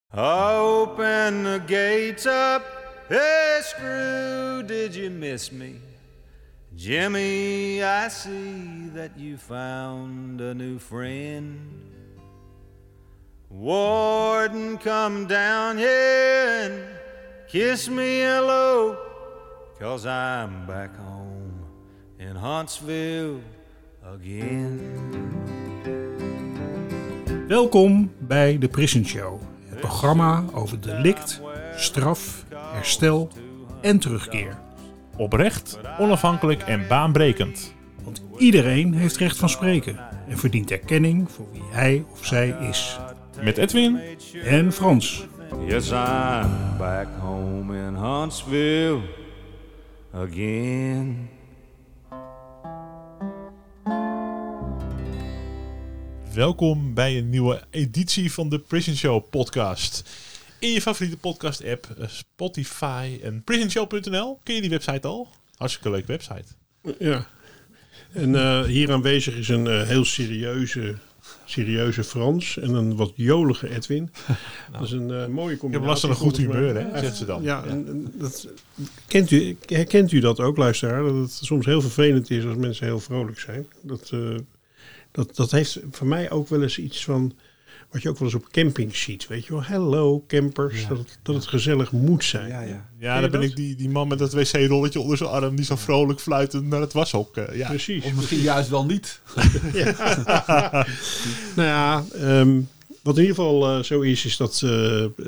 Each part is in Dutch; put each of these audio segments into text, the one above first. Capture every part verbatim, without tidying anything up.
Open the gates up, hey Screw, did you miss me? Jimmy, I see that you found a new friend. Warden, come down here and kiss me hello, 'cause I'm back home in Huntsville again. Welkom bij de Prison Show. Het programma over delict, straf, herstel en terugkeer. Oprecht, onafhankelijk en baanbrekend. Want iedereen heeft recht van spreken en verdient erkenning voor wie hij of zij is. Met Edwin en Frans. Yes, I'm back home in Huntsville again. Welkom bij een nieuwe editie van de Prison Show podcast. In je favoriete podcast app, Spotify en prison show punt n l. Ken je die website al? Hartstikke leuke website. Ja. En uh, hier aanwezig is een uh, heel serieuze, serieuze Frans en een wat jolige Edwin. nou, dat is een uh, mooie combinatie. Ik heb last van een goed humeur, hè, ja, zegt ze dan. Ja, ja. En, en dat, kent u, herkent u dat ook, luisteraar? Dat het soms heel vervelend is als mensen heel vrolijk zijn. Dat, uh, dat, dat heeft voor mij ook wel eens iets van wat je ook wel eens op campings ziet. Weet je wel, hello campers, ja, dat, het, dat het gezellig moet zijn. Ja, ja. ja dan ben dat? ik die, die man met dat wc-rolletje onder zijn arm die zo vrolijk fluitend naar het washok. Uh, ja. Precies. Of misschien juist wel niet. nou ja, um, wat in ieder geval uh, zo is, is dat uh, uh, uh,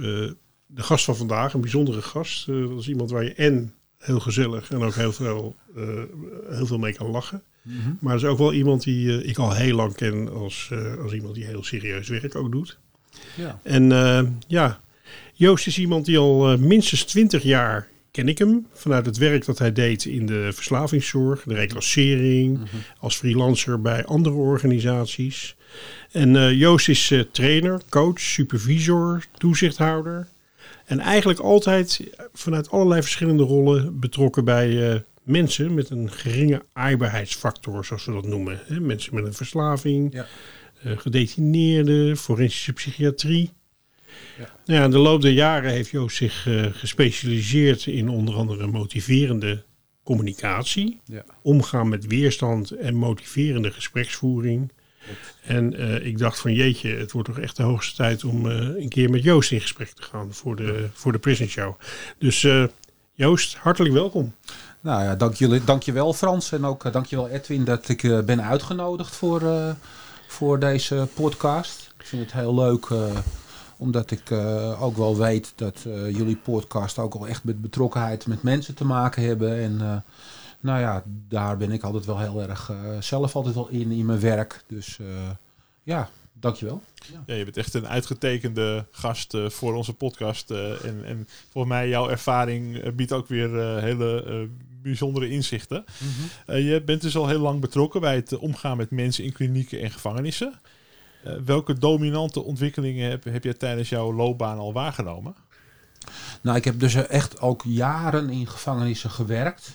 de gast van vandaag, een bijzondere gast, uh, dat is iemand waar je en heel gezellig en ook heel veel, uh, heel veel mee kan lachen. Mm-hmm. Maar dat is ook wel iemand die uh, ik al heel lang ken als, uh, als iemand die heel serieus werk ook doet. Ja. En uh, ja, Joost is iemand die al uh, minstens twintig jaar ken ik hem. Vanuit het werk dat hij deed in de verslavingszorg, de reclassering, mm-hmm. als freelancer bij andere organisaties. En uh, Joost is uh, trainer, coach, supervisor, toezichthouder. En eigenlijk altijd vanuit allerlei verschillende rollen betrokken bij uh, mensen met een geringe aaibaarheidsfactor, zoals we dat noemen. He, mensen met een verslaving, ja. uh, gedetineerden, forensische psychiatrie. Ja. Nou ja, in de loop der jaren heeft Joost zich uh, gespecialiseerd in onder andere motiverende communicatie, ja. omgaan met weerstand en motiverende gespreksvoering. En uh, ik dacht van jeetje, het wordt toch echt de hoogste tijd om uh, een keer met Joost in gesprek te gaan voor de, voor de Prison Show. Dus uh, Joost, hartelijk welkom. Nou ja, dank jullie, dank je wel Frans en ook uh, dank je wel Edwin dat ik uh, ben uitgenodigd voor, uh, voor deze podcast. Ik vind het heel leuk, uh, omdat ik uh, ook wel weet dat uh, jullie podcast ook al echt met betrokkenheid met mensen te maken hebben. En uh, nou ja, daar ben ik altijd wel heel erg uh, zelf altijd wel in, in mijn werk. Dus uh, ja, dankjewel. Ja. Ja, je bent echt een uitgetekende gast uh, voor onze podcast. Uh, en, en volgens mij jouw ervaring uh, biedt ook weer uh, hele uh, bijzondere inzichten. Mm-hmm. Uh, je bent dus al heel lang betrokken bij het uh, omgaan met mensen in klinieken en gevangenissen. Uh, welke dominante ontwikkelingen heb, heb je tijdens jouw loopbaan al waargenomen? Nou, ik heb dus echt ook jaren in gevangenissen gewerkt.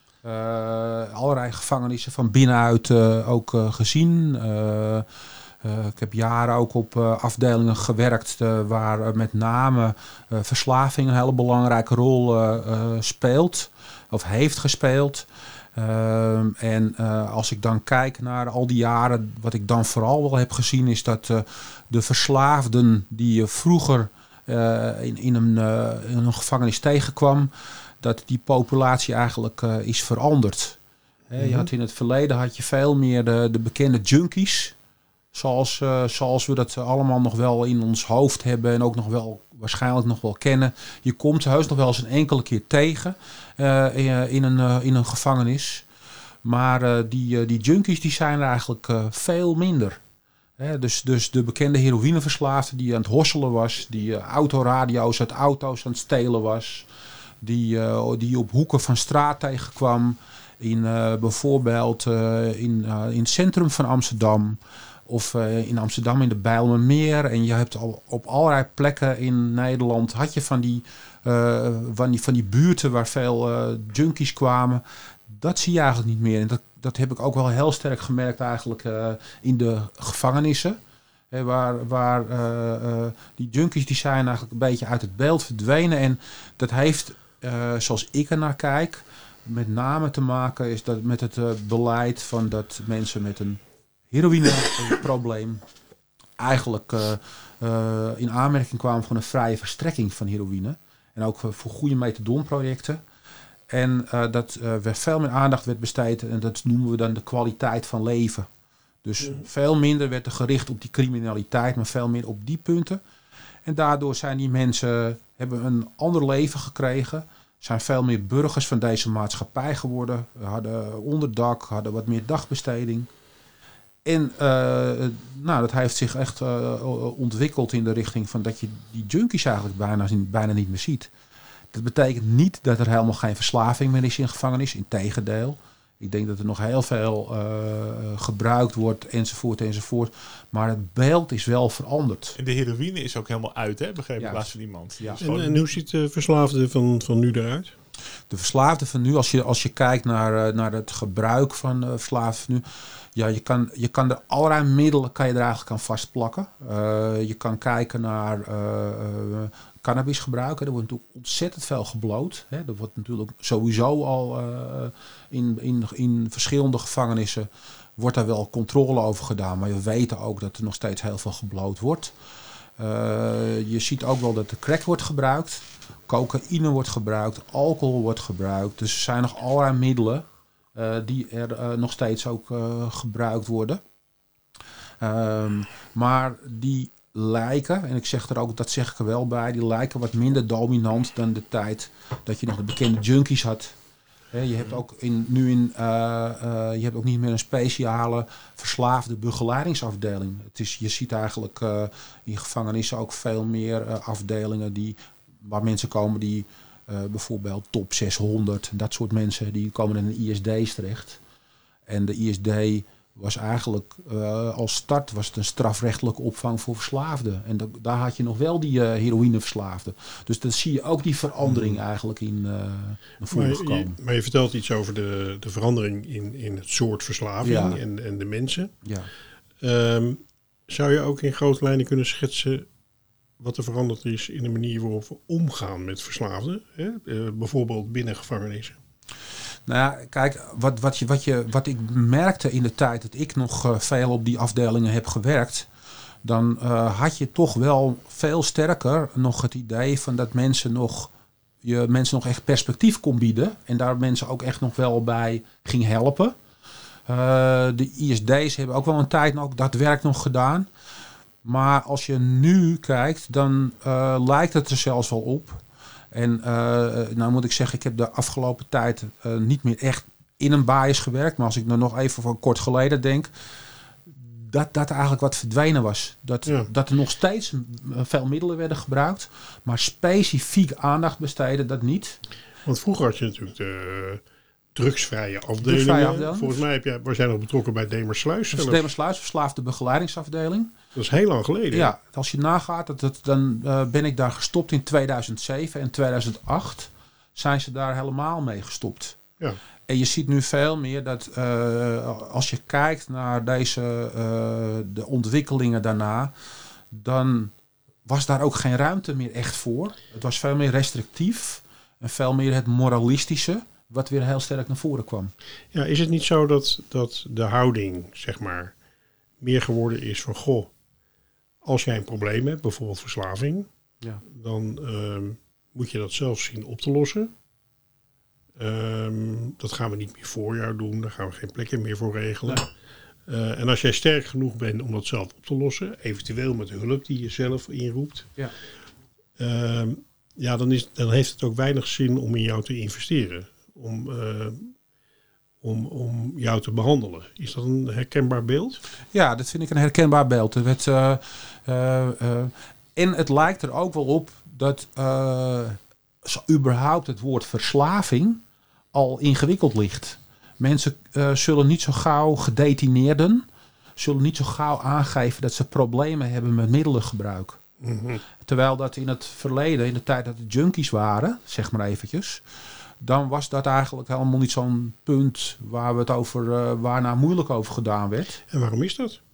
Uh, allerlei gevangenissen van binnenuit uh, ook uh, gezien. Uh, uh, ik heb jaren ook op uh, afdelingen gewerkt uh, waar uh, met name uh, verslaving een hele belangrijke rol uh, uh, speelt. Of heeft gespeeld. Uh, en uh, als ik dan kijk naar al die jaren, wat ik dan vooral wel heb gezien is dat uh, de verslaafden die je vroeger uh, in, in, een, uh, in een gevangenis tegenkwam, dat die populatie eigenlijk uh, is veranderd. He, mm-hmm. Je had in het verleden had je veel meer de, de bekende junkies. Zoals, uh, zoals we dat allemaal nog wel in ons hoofd hebben. En ook nog wel waarschijnlijk nog wel kennen. Je komt heus nog wel eens een enkele keer tegen. Uh, in, in, een, uh, in een gevangenis. Maar uh, die, uh, die junkies die zijn er eigenlijk uh, veel minder. He, dus, dus de bekende heroïneverslaafde die aan het hosselen was. Die uh, autoradio's uit auto's aan het stelen was. Die, uh, die op hoeken van straat tegenkwam. In uh, bijvoorbeeld uh, in, uh, in het centrum van Amsterdam. Of uh, in Amsterdam in de Bijlmermeer. En je hebt al op allerlei plekken in Nederland had je van die, uh, van die, van die buurten waar veel uh, junkies kwamen. Dat zie je eigenlijk niet meer. En dat, dat heb ik ook wel heel sterk gemerkt eigenlijk uh, in de gevangenissen. Hè, waar waar uh, uh, die junkies die zijn eigenlijk een beetje uit het beeld verdwenen. En dat heeft, uh, zoals ik er naar kijk, met name te maken is dat met het uh, beleid van dat mensen met een heroïneprobleem eigenlijk uh, uh, in aanmerking kwamen voor een vrije verstrekking van heroïne. En ook voor, voor goede methadonprojecten. En uh, dat uh, er veel meer aandacht werd besteed. En dat noemen we dan de kwaliteit van leven. Dus ja. veel minder werd er gericht op die criminaliteit, maar veel meer op die punten. En daardoor zijn die mensen, hebben een ander leven gekregen. Zijn veel meer burgers van deze maatschappij geworden. Hadden onderdak, hadden wat meer dagbesteding. En uh, nou, dat heeft zich echt uh, ontwikkeld in de richting van dat je die junkies eigenlijk bijna, bijna niet meer ziet. Dat betekent niet dat er helemaal geen verslaving meer is in gevangenis. Integendeel. Ik denk dat er nog heel veel uh, gebruikt wordt enzovoort enzovoort. Maar het beeld is wel veranderd. En de heroïne is ook helemaal uit, hè? Begreep ik laatst van iemand. Ja. En, en hoe ziet de verslaafde van, van nu eruit? De verslaafde van nu, als je, als je kijkt naar, uh, naar het gebruik van uh, verslaafden van nu. Ja, je kan, je kan er allerlei middelen kan je er eigenlijk aan vastplakken. Uh, je kan kijken naar uh, uh, cannabisgebruik. Er wordt natuurlijk ontzettend veel gebloot. Hè. Er wordt natuurlijk sowieso al uh, in, in, in verschillende gevangenissen wordt daar wel controle over gedaan. Maar we weten ook dat er nog steeds heel veel gebloot wordt. Uh, je ziet ook wel dat de crack wordt gebruikt. Cocaïne wordt gebruikt. Alcohol wordt gebruikt. Dus er zijn nog allerlei middelen Uh, die er uh, nog steeds ook uh, gebruikt worden. Um, maar die lijken, en ik zeg er ook, dat zeg ik er wel bij, die lijken wat minder dominant dan de tijd dat je nog de bekende junkies had. He, je hebt ook in, nu in, uh, uh, je hebt ook niet meer een speciale verslaafde begeleidingsafdeling. Het is, je ziet eigenlijk uh, in gevangenissen ook veel meer uh, afdelingen die, waar mensen komen die Uh, bijvoorbeeld top zeshonderd, dat soort mensen, die komen in de I S D's terecht. En de I S D was eigenlijk, uh, als start was het een strafrechtelijke opvang voor verslaafden. En da- daar had je nog wel die uh, heroïneverslaafden. Dus dan zie je ook die verandering eigenlijk in uh, naar voren maar gekomen. Je, maar je vertelt iets over de, de verandering in, in het soort verslaving Ja. en, en de mensen. Ja. Um, zou je ook in grote lijnen kunnen schetsen wat er veranderd is in de manier waarop we omgaan met verslaafden? Hè? Uh, bijvoorbeeld binnen gevangenissen. Nou ja, kijk, wat, wat, je, wat, je, wat ik merkte in de tijd dat ik nog uh, veel op die afdelingen heb gewerkt, dan uh, had je toch wel veel sterker nog het idee van dat mensen nog, je mensen nog echt perspectief kon bieden. En daar mensen ook echt nog wel bij ging helpen. Uh, de I S D's hebben ook wel een tijd nog dat werk nog gedaan. Maar als je nu kijkt, dan uh, lijkt het er zelfs wel op. En uh, nou moet ik zeggen, ik heb de afgelopen tijd uh, niet meer echt in een bias gewerkt. Maar als ik nou nog even van kort geleden denk, dat dat eigenlijk wat verdwenen was. Dat, ja. dat er nog steeds veel middelen werden gebruikt, maar specifiek aandacht besteden, dat niet. Want vroeger had je natuurlijk de drugsvrije afdelingen. Drugsvrije afdeling. Volgens mij heb jij, was jij nog betrokken bij Demersluis. Dat is Demersluis, verslaafde begeleidingsafdeling. Dat is heel lang geleden. Ja, als je nagaat, dat, dat, dan uh, ben ik daar gestopt in tweeduizend zeven en tweeduizend acht zijn ze daar helemaal mee gestopt. Ja. En je ziet nu veel meer dat uh, als je kijkt naar deze uh, de ontwikkelingen daarna, dan was daar ook geen ruimte meer echt voor. Het was veel meer restrictief en veel meer het moralistische, wat weer heel sterk naar voren kwam. Ja, is het niet zo dat, dat de houding, zeg maar, meer geworden is van, goh, als jij een probleem hebt, bijvoorbeeld verslaving, ja. dan uh, moet je dat zelf zien op te lossen. Um, dat gaan we niet meer voor jou doen, daar gaan we geen plekken meer voor regelen. Nee. Uh, en als jij sterk genoeg bent om dat zelf op te lossen, eventueel met hulp die je zelf inroept, ja, uh, ja dan, is, dan heeft het ook weinig zin om in jou te investeren. Om, uh, om, om jou te behandelen. Is dat een herkenbaar beeld? Ja, dat vind ik een herkenbaar beeld. Het werd, uh, uh, uh, en het lijkt er ook wel op dat uh, überhaupt het woord verslaving al ingewikkeld ligt. Mensen uh, zullen niet zo gauw gedetineerden, zullen niet zo gauw aangeven dat ze problemen hebben met middelengebruik. Mm-hmm. Terwijl dat in het verleden, in de tijd dat de junkies waren, zeg maar eventjes, dan was dat eigenlijk helemaal niet zo'n punt waar we het over, uh, waarna moeilijk over gedaan werd. En waarom is dat?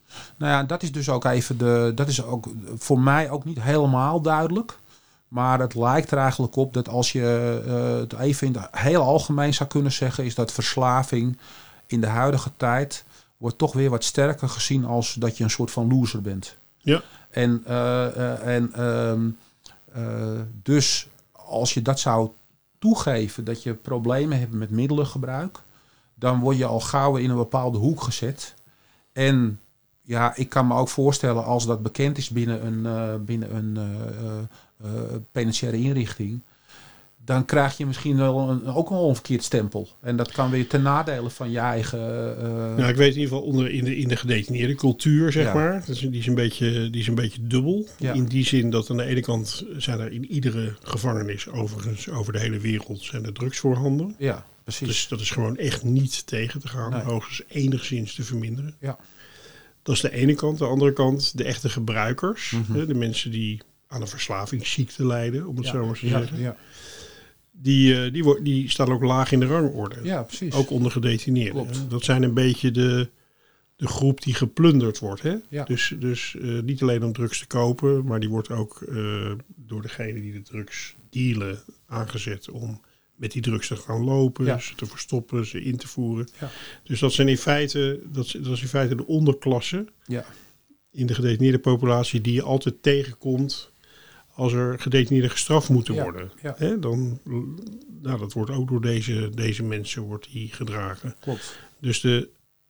Nou ja, dat is dus ook even de. Dat is ook voor mij ook niet helemaal duidelijk. Maar het lijkt er eigenlijk op dat als je uh, het even in het heel algemeen zou kunnen zeggen, is dat verslaving in de huidige tijd wordt toch weer wat sterker gezien als dat je een soort van loser bent. Ja. En, uh, uh, en um, uh, dus als je dat zou toegeven dat je problemen hebt met middelengebruik, dan word je al gauw in een bepaalde hoek gezet. En ja, ik kan me ook voorstellen als dat bekend is binnen een, uh, binnen een uh, uh, uh, penitentiaire inrichting, dan krijg je misschien wel een, ook wel een verkeerd stempel. En dat kan weer ten nadele van je eigen... Uh... Nou, ik weet in ieder geval onder, in, de, in de gedetineerde cultuur, zeg ja. maar. Dus die, is een beetje, die is een beetje dubbel. Ja. In die zin dat aan de ene kant zijn er in iedere gevangenis overigens over de hele wereld zijn er drugs voorhanden. Ja, precies. Dus dat is gewoon echt niet tegen te gaan. Nee. Hoogstens enigszins te verminderen. Ja. Dat is de ene kant. De andere kant, de echte gebruikers. Mm-hmm. Hè, de mensen die aan een verslavingsziekte lijden, om het ja. zo maar te ja, zeggen. ja. Die, uh, die, wo- die staan ook laag in de rangorde. ja, precies. Ook onder gedetineerden. Klopt. Dat zijn een beetje de, de groep die geplunderd wordt. Hè? Ja. Dus, dus uh, niet alleen om drugs te kopen, maar die wordt ook uh, door degene die de drugs dealen aangezet om met die drugs te gaan lopen, Ja. ze te verstoppen, ze in te voeren. Ja. Dus dat zijn in feite, dat, is- dat is in feite de onderklasse Ja. in de gedetineerde populatie die je altijd tegenkomt als er gedetineerden gestraft moeten Ja, worden. ja. Hè, dan, nou, dat wordt ook door deze, deze mensen wordt die gedragen. Klopt. Dus de,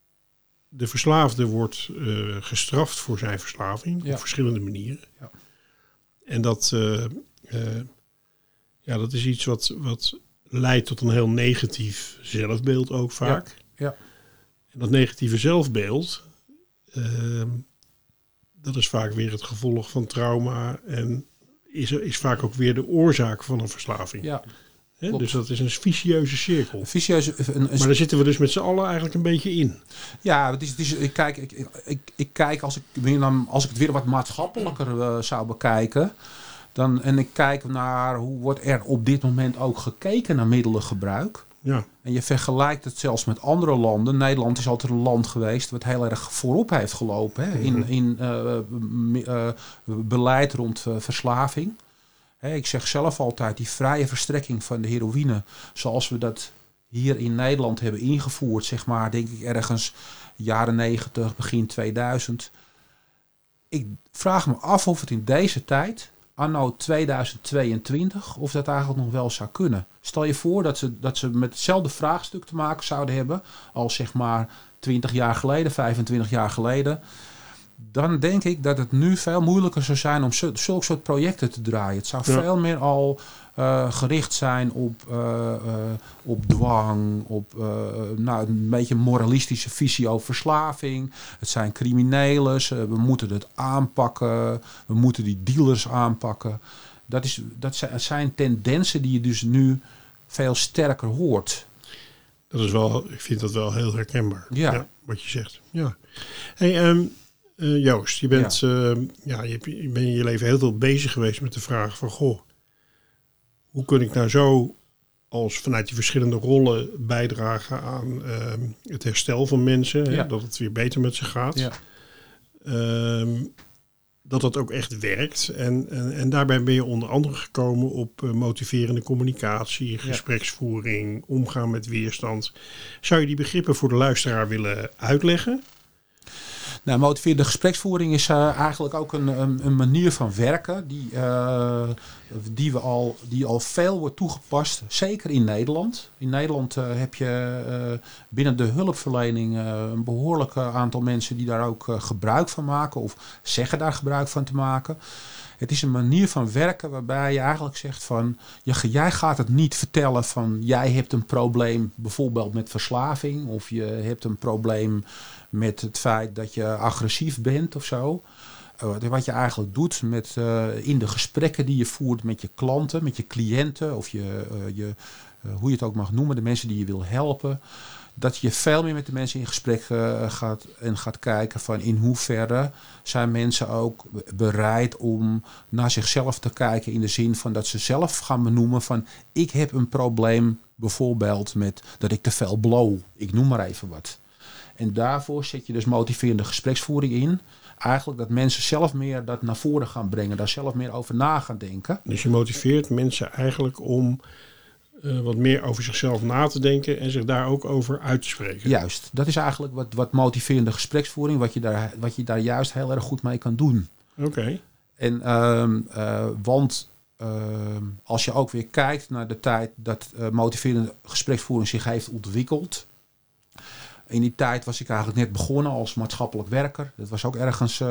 de verslaafde wordt uh, gestraft voor zijn verslaving Ja. op verschillende manieren. Ja. En dat, uh, uh, ja, dat is iets wat, wat leidt tot een heel negatief zelfbeeld ook vaak. Ja. Ja. En dat negatieve zelfbeeld, uh, dat is vaak weer het gevolg van trauma en is, is vaak ook weer de oorzaak van een verslaving. Ja. Hè? klopt. Dus dat is een vicieuze cirkel. Vicieuze, een, een, Maar daar zitten we dus met z'n allen eigenlijk een beetje in. Ja, het is, het is, ik, kijk, ik, ik, ik kijk als ik, als ik het weer wat maatschappelijker uh, zou bekijken. Dan, en ik kijk naar hoe wordt er op dit moment ook gekeken naar middelengebruik. Ja. En je vergelijkt het zelfs met andere landen. Nederland is altijd een land geweest wat heel erg voorop heeft gelopen. Hè, in in uh, uh, beleid rond uh, verslaving. Hè, ik zeg zelf altijd die vrije verstrekking van de heroïne, zoals we dat hier in Nederland hebben ingevoerd, zeg maar, denk ik ergens jaren negentig, begin tweeduizend. Ik vraag me af of het in deze tijd, anno tweeduizend tweeëntwintig, of dat eigenlijk nog wel zou kunnen. Stel je voor dat ze, dat ze met hetzelfde vraagstuk te maken zouden hebben als zeg maar twintig jaar geleden, vijfentwintig jaar geleden. Dan denk ik dat het nu veel moeilijker zou zijn om zulke soort projecten te draaien. Het zou Ja. veel meer al uh, gericht zijn op, uh, uh, op dwang, op uh, nou, een beetje een moralistische visie over verslaving. Het zijn criminelen, uh, we moeten het aanpakken, we moeten die dealers aanpakken. Dat, is, dat zijn tendensen die je dus nu veel sterker hoort. Dat is wel, ik vind dat wel heel herkenbaar. Ja. Wat je zegt. Ja. Hey, um, uh, Joost, je bent, ja. Uh, ja, je, je bent in je leven heel veel bezig geweest met de vraag van, goh, hoe kun ik nou zo als vanuit die verschillende rollen bijdragen aan uh, het herstel van mensen, Ja. hè, dat het weer beter met ze gaat. Ja. Um, dat dat ook echt werkt. En, en, en daarbij ben je onder andere gekomen op uh, motiverende communicatie, gespreksvoering, omgaan met weerstand. Zou je die begrippen voor de luisteraar willen uitleggen? Nou, motiverende gespreksvoering is uh, eigenlijk ook een, een, een manier van werken die, uh, die, we al, die al veel wordt toegepast, zeker in Nederland. In Nederland uh, heb je uh, binnen de hulpverlening uh, een behoorlijk aantal mensen die daar ook uh, gebruik van maken of zeggen daar gebruik van te maken. Het is een manier van werken waarbij je eigenlijk zegt van, jij gaat het niet vertellen van jij hebt een probleem bijvoorbeeld met verslaving of je hebt een probleem met het feit dat je agressief bent of zo. Uh, wat je eigenlijk doet met, uh, in de gesprekken die je voert met je klanten, met je cliënten of je, uh, je, uh, hoe je het ook mag noemen, de mensen die je wil helpen. Dat je veel meer met de mensen in gesprek uh, gaat en gaat kijken van in hoeverre zijn mensen ook bereid om naar zichzelf te kijken in de zin van dat ze zelf gaan benoemen van ik heb een probleem bijvoorbeeld met dat ik te veel blow. Ik noem maar even wat. En daarvoor zet je dus motiverende gespreksvoering in. Eigenlijk dat mensen zelf meer dat naar voren gaan brengen. Daar zelf meer over na gaan denken. Dus je motiveert mensen eigenlijk om uh, wat meer over zichzelf na te denken en zich daar ook over uit te spreken. Juist. Dat is eigenlijk wat, wat motiverende gespreksvoering, wat je, daar, wat je daar juist heel erg goed mee kan doen. Oké. Okay. En um, uh, want uh, als je ook weer kijkt naar de tijd dat uh, motiverende gespreksvoering zich heeft ontwikkeld. In die tijd was ik eigenlijk net begonnen als maatschappelijk werker. Dat was ook ergens, uh,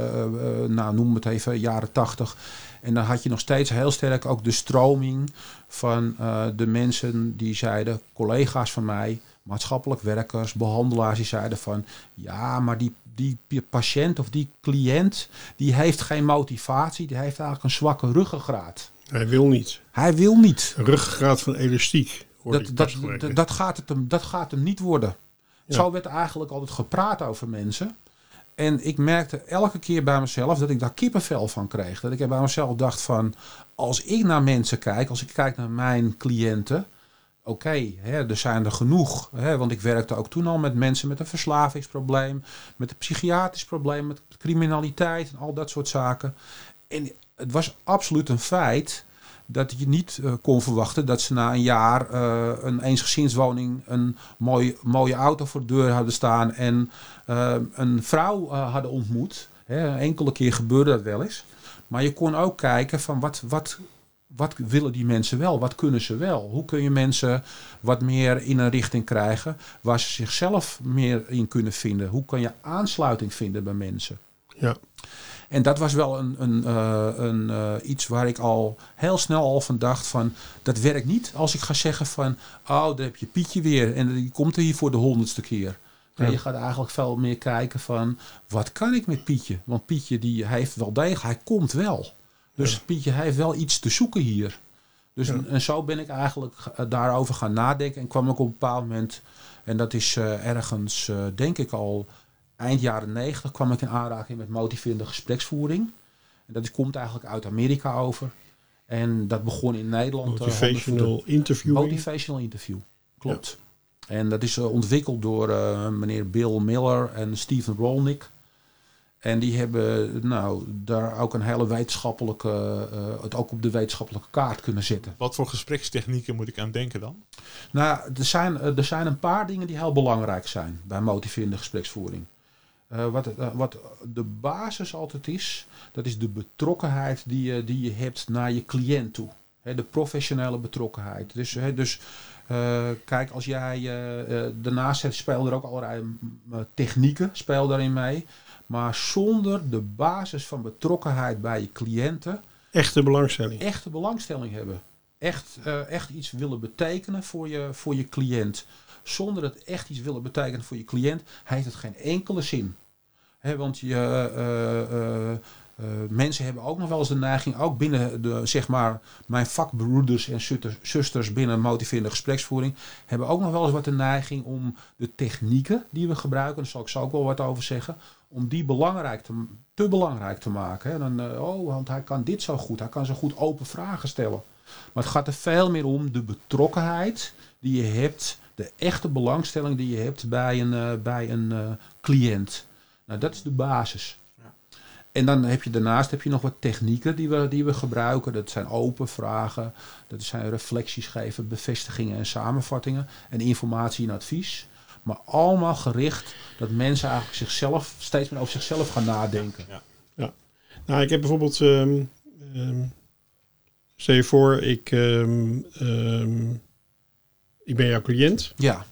uh, nou noem het even, jaren tachtig. En dan had je nog steeds heel sterk ook de stroming van uh, de mensen die zeiden, collega's van mij, maatschappelijk werkers, behandelaars, die zeiden van, ja, maar die, die patiënt of die cliënt, die heeft geen motivatie, die heeft eigenlijk een zwakke ruggengraat. Hij wil niet. Hij wil niet. Een ruggengraat van elastiek. Dat, dat, dat, dat, gaat het hem, dat gaat hem niet worden. Ja. Zo werd eigenlijk altijd gepraat over mensen. En ik merkte elke keer bij mezelf dat ik daar kippenvel van kreeg. Dat ik bij mezelf dacht van, als ik naar mensen kijk, als ik kijk naar mijn cliënten. Oké, okay, er zijn er genoeg. Hè, want ik werkte ook toen al met mensen met een verslavingsprobleem. Met een psychiatrisch probleem, met criminaliteit en al dat soort zaken. En het was absoluut een feit dat je niet uh, kon verwachten dat ze na een jaar uh, een eensgezinswoning, een mooi, mooie auto voor de deur hadden staan en uh, een vrouw uh, hadden ontmoet. Hè, een enkele keer gebeurde dat wel eens. Maar je kon ook kijken van wat, wat, wat willen die mensen wel? Wat kunnen ze wel? Hoe kun je mensen wat meer in een richting krijgen waar ze zichzelf meer in kunnen vinden? Hoe kan je aansluiting vinden bij mensen? Ja. En dat was wel een, een, uh, een, uh, iets waar ik al heel snel al van dacht van, dat werkt niet als ik ga zeggen van, oh, daar heb je Pietje weer en die komt er hier voor de honderdste keer. Ja. Je gaat eigenlijk veel meer kijken van, wat kan ik met Pietje? Want Pietje die heeft wel degelijk, hij komt wel. Dus ja. Pietje heeft wel iets te zoeken hier. Dus ja. En zo ben ik eigenlijk uh, daarover gaan nadenken en kwam ik op een bepaald moment, en dat is uh, ergens, uh, denk ik al, eind jaren negentig kwam ik in aanraking met motiverende gespreksvoering. En dat komt eigenlijk uit Amerika over. En dat begon in Nederland. Motivational uh, interviewing. Motivational interview, klopt. Ja. En dat is uh, ontwikkeld door uh, meneer Bill Miller en Stephen Rolnick. En die hebben nou, daar ook een hele wetenschappelijke, uh, het ook op de wetenschappelijke kaart kunnen zetten. Wat voor gesprekstechnieken moet ik aan denken dan? Nou, er zijn, uh, er zijn een paar dingen die heel belangrijk zijn bij motiverende gespreksvoering. Uh, wat, uh, wat de basis altijd is, dat is de betrokkenheid die je, die je hebt naar je cliënt toe. He, de professionele betrokkenheid. Dus, he, dus uh, kijk, als jij uh, uh, daarnaast spelen er ook allerlei uh, technieken, speel daarin mee. Maar zonder de basis van betrokkenheid bij je cliënten. Echte belangstelling. Echte belangstelling hebben. Echt, uh, echt iets willen betekenen voor je, voor je cliënt. Zonder het echt iets willen betekenen voor je cliënt, heeft het geen enkele zin. He, want je, uh, uh, uh, mensen hebben ook nog wel eens de neiging, ook binnen de, zeg maar, mijn vakbroeders en zusters binnen motiverende gespreksvoering, hebben ook nog wel eens wat de neiging om de technieken die we gebruiken, daar zal ik zo ook wel wat over zeggen, om die belangrijk te, te belangrijk te maken. He. Dan, uh, oh, want hij kan dit zo goed, hij kan zo goed open vragen stellen. Maar het gaat er veel meer om de betrokkenheid die je hebt, de echte belangstelling die je hebt bij een, uh, bij een uh, cliënt. Nou, dat is de basis. Ja. En dan heb je daarnaast heb je nog wat technieken die we, die we gebruiken. Dat zijn open vragen, dat zijn reflecties geven, bevestigingen en samenvattingen en informatie en advies. Maar allemaal gericht dat mensen eigenlijk zichzelf steeds meer over zichzelf gaan nadenken. Ja. Ja. Nou, ik heb bijvoorbeeld, um, um, stel je voor, ik, um, um, ik ben jouw cliënt. Ja.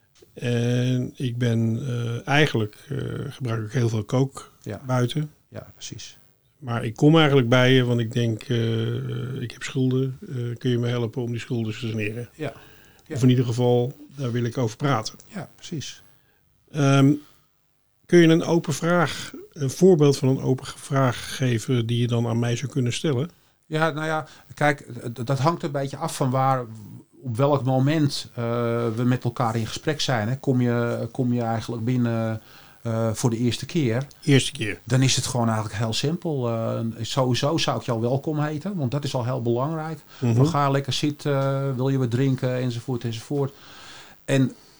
En ik ben uh, eigenlijk, uh, gebruik ik heel veel kook ja. buiten. Ja, precies. Maar ik kom eigenlijk bij je, want ik denk, uh, ik heb schulden. Uh, kun je me helpen om die schulden te saneren? Ja. Ja. Of in ieder geval, daar wil ik over praten. Ja, precies. Um, kun je een open vraag, een voorbeeld van een open vraag geven die je dan aan mij zou kunnen stellen? Ja, nou ja, kijk, dat hangt een beetje af van waar, op welk moment uh, we met elkaar in gesprek zijn. Hè. Kom je, kom je eigenlijk binnen uh, voor de eerste keer. Eerste keer. Dan is het gewoon eigenlijk heel simpel. Uh, sowieso zou ik jou welkom heten, want dat is al heel belangrijk. Mm-hmm. Van ga lekker zitten, wil je wat drinken, enzovoort, enzovoort. En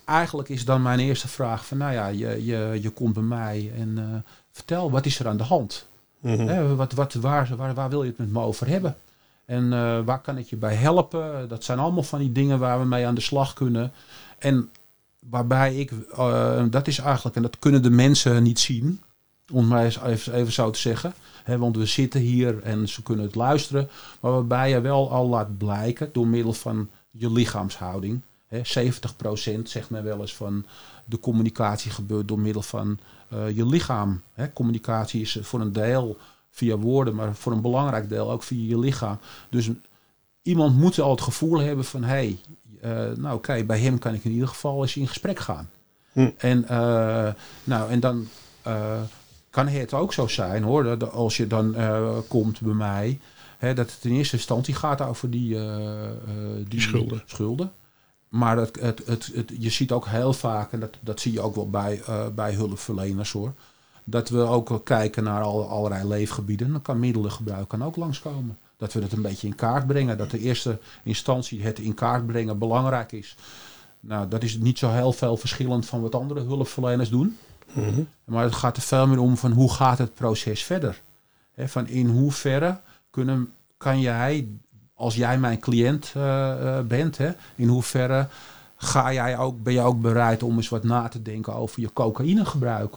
eigenlijk is dan mijn eerste vraag van, nou ja, je, je, je komt bij mij en uh, vertel, wat is er aan de hand? Mm-hmm. Hè, wat, wat, waar, waar, waar wil je het met me over hebben? En uh, waar kan ik je bij helpen? Dat zijn allemaal van die dingen waar we mee aan de slag kunnen. En waarbij ik, uh, dat is eigenlijk, en dat kunnen de mensen niet zien, om mij eens even, even zo te zeggen. Hè, want we zitten hier en ze kunnen het luisteren. Maar waarbij je wel al laat blijken, door middel van je lichaamshouding. Hè, zeventig procent zegt men wel eens van de communicatie gebeurt door middel van uh, je lichaam. Hè, communicatie is voor een deel via woorden, maar voor een belangrijk deel ook via je lichaam. Dus iemand moet al het gevoel hebben van, hé, hey, uh, nou oké, okay, bij hem kan ik in ieder geval eens in gesprek gaan. Hm. En, uh, nou, en dan uh, kan het ook zo zijn, hoor, dat als je dan uh, komt bij mij, hè, dat het in eerste instantie gaat over die, uh, uh, die, die schulden. schulden. Maar het, het, het, het, je ziet ook heel vaak, en dat, dat zie je ook wel bij, uh, bij hulpverleners, hoor, dat we ook kijken naar al, allerlei leefgebieden. Dan kan middelengebruik kan ook langskomen. Dat we het een beetje in kaart brengen. Dat de eerste instantie het in kaart brengen belangrijk is. Nou, dat is niet zo heel veel verschillend van wat andere hulpverleners doen. Mm-hmm. Maar het gaat er veel meer om van hoe gaat het proces verder. He, van in hoeverre kunnen, kan jij, als jij mijn cliënt uh, uh, bent, he, in hoeverre ga jij ook, ben je ook bereid om eens wat na te denken over je cocaïnegebruik?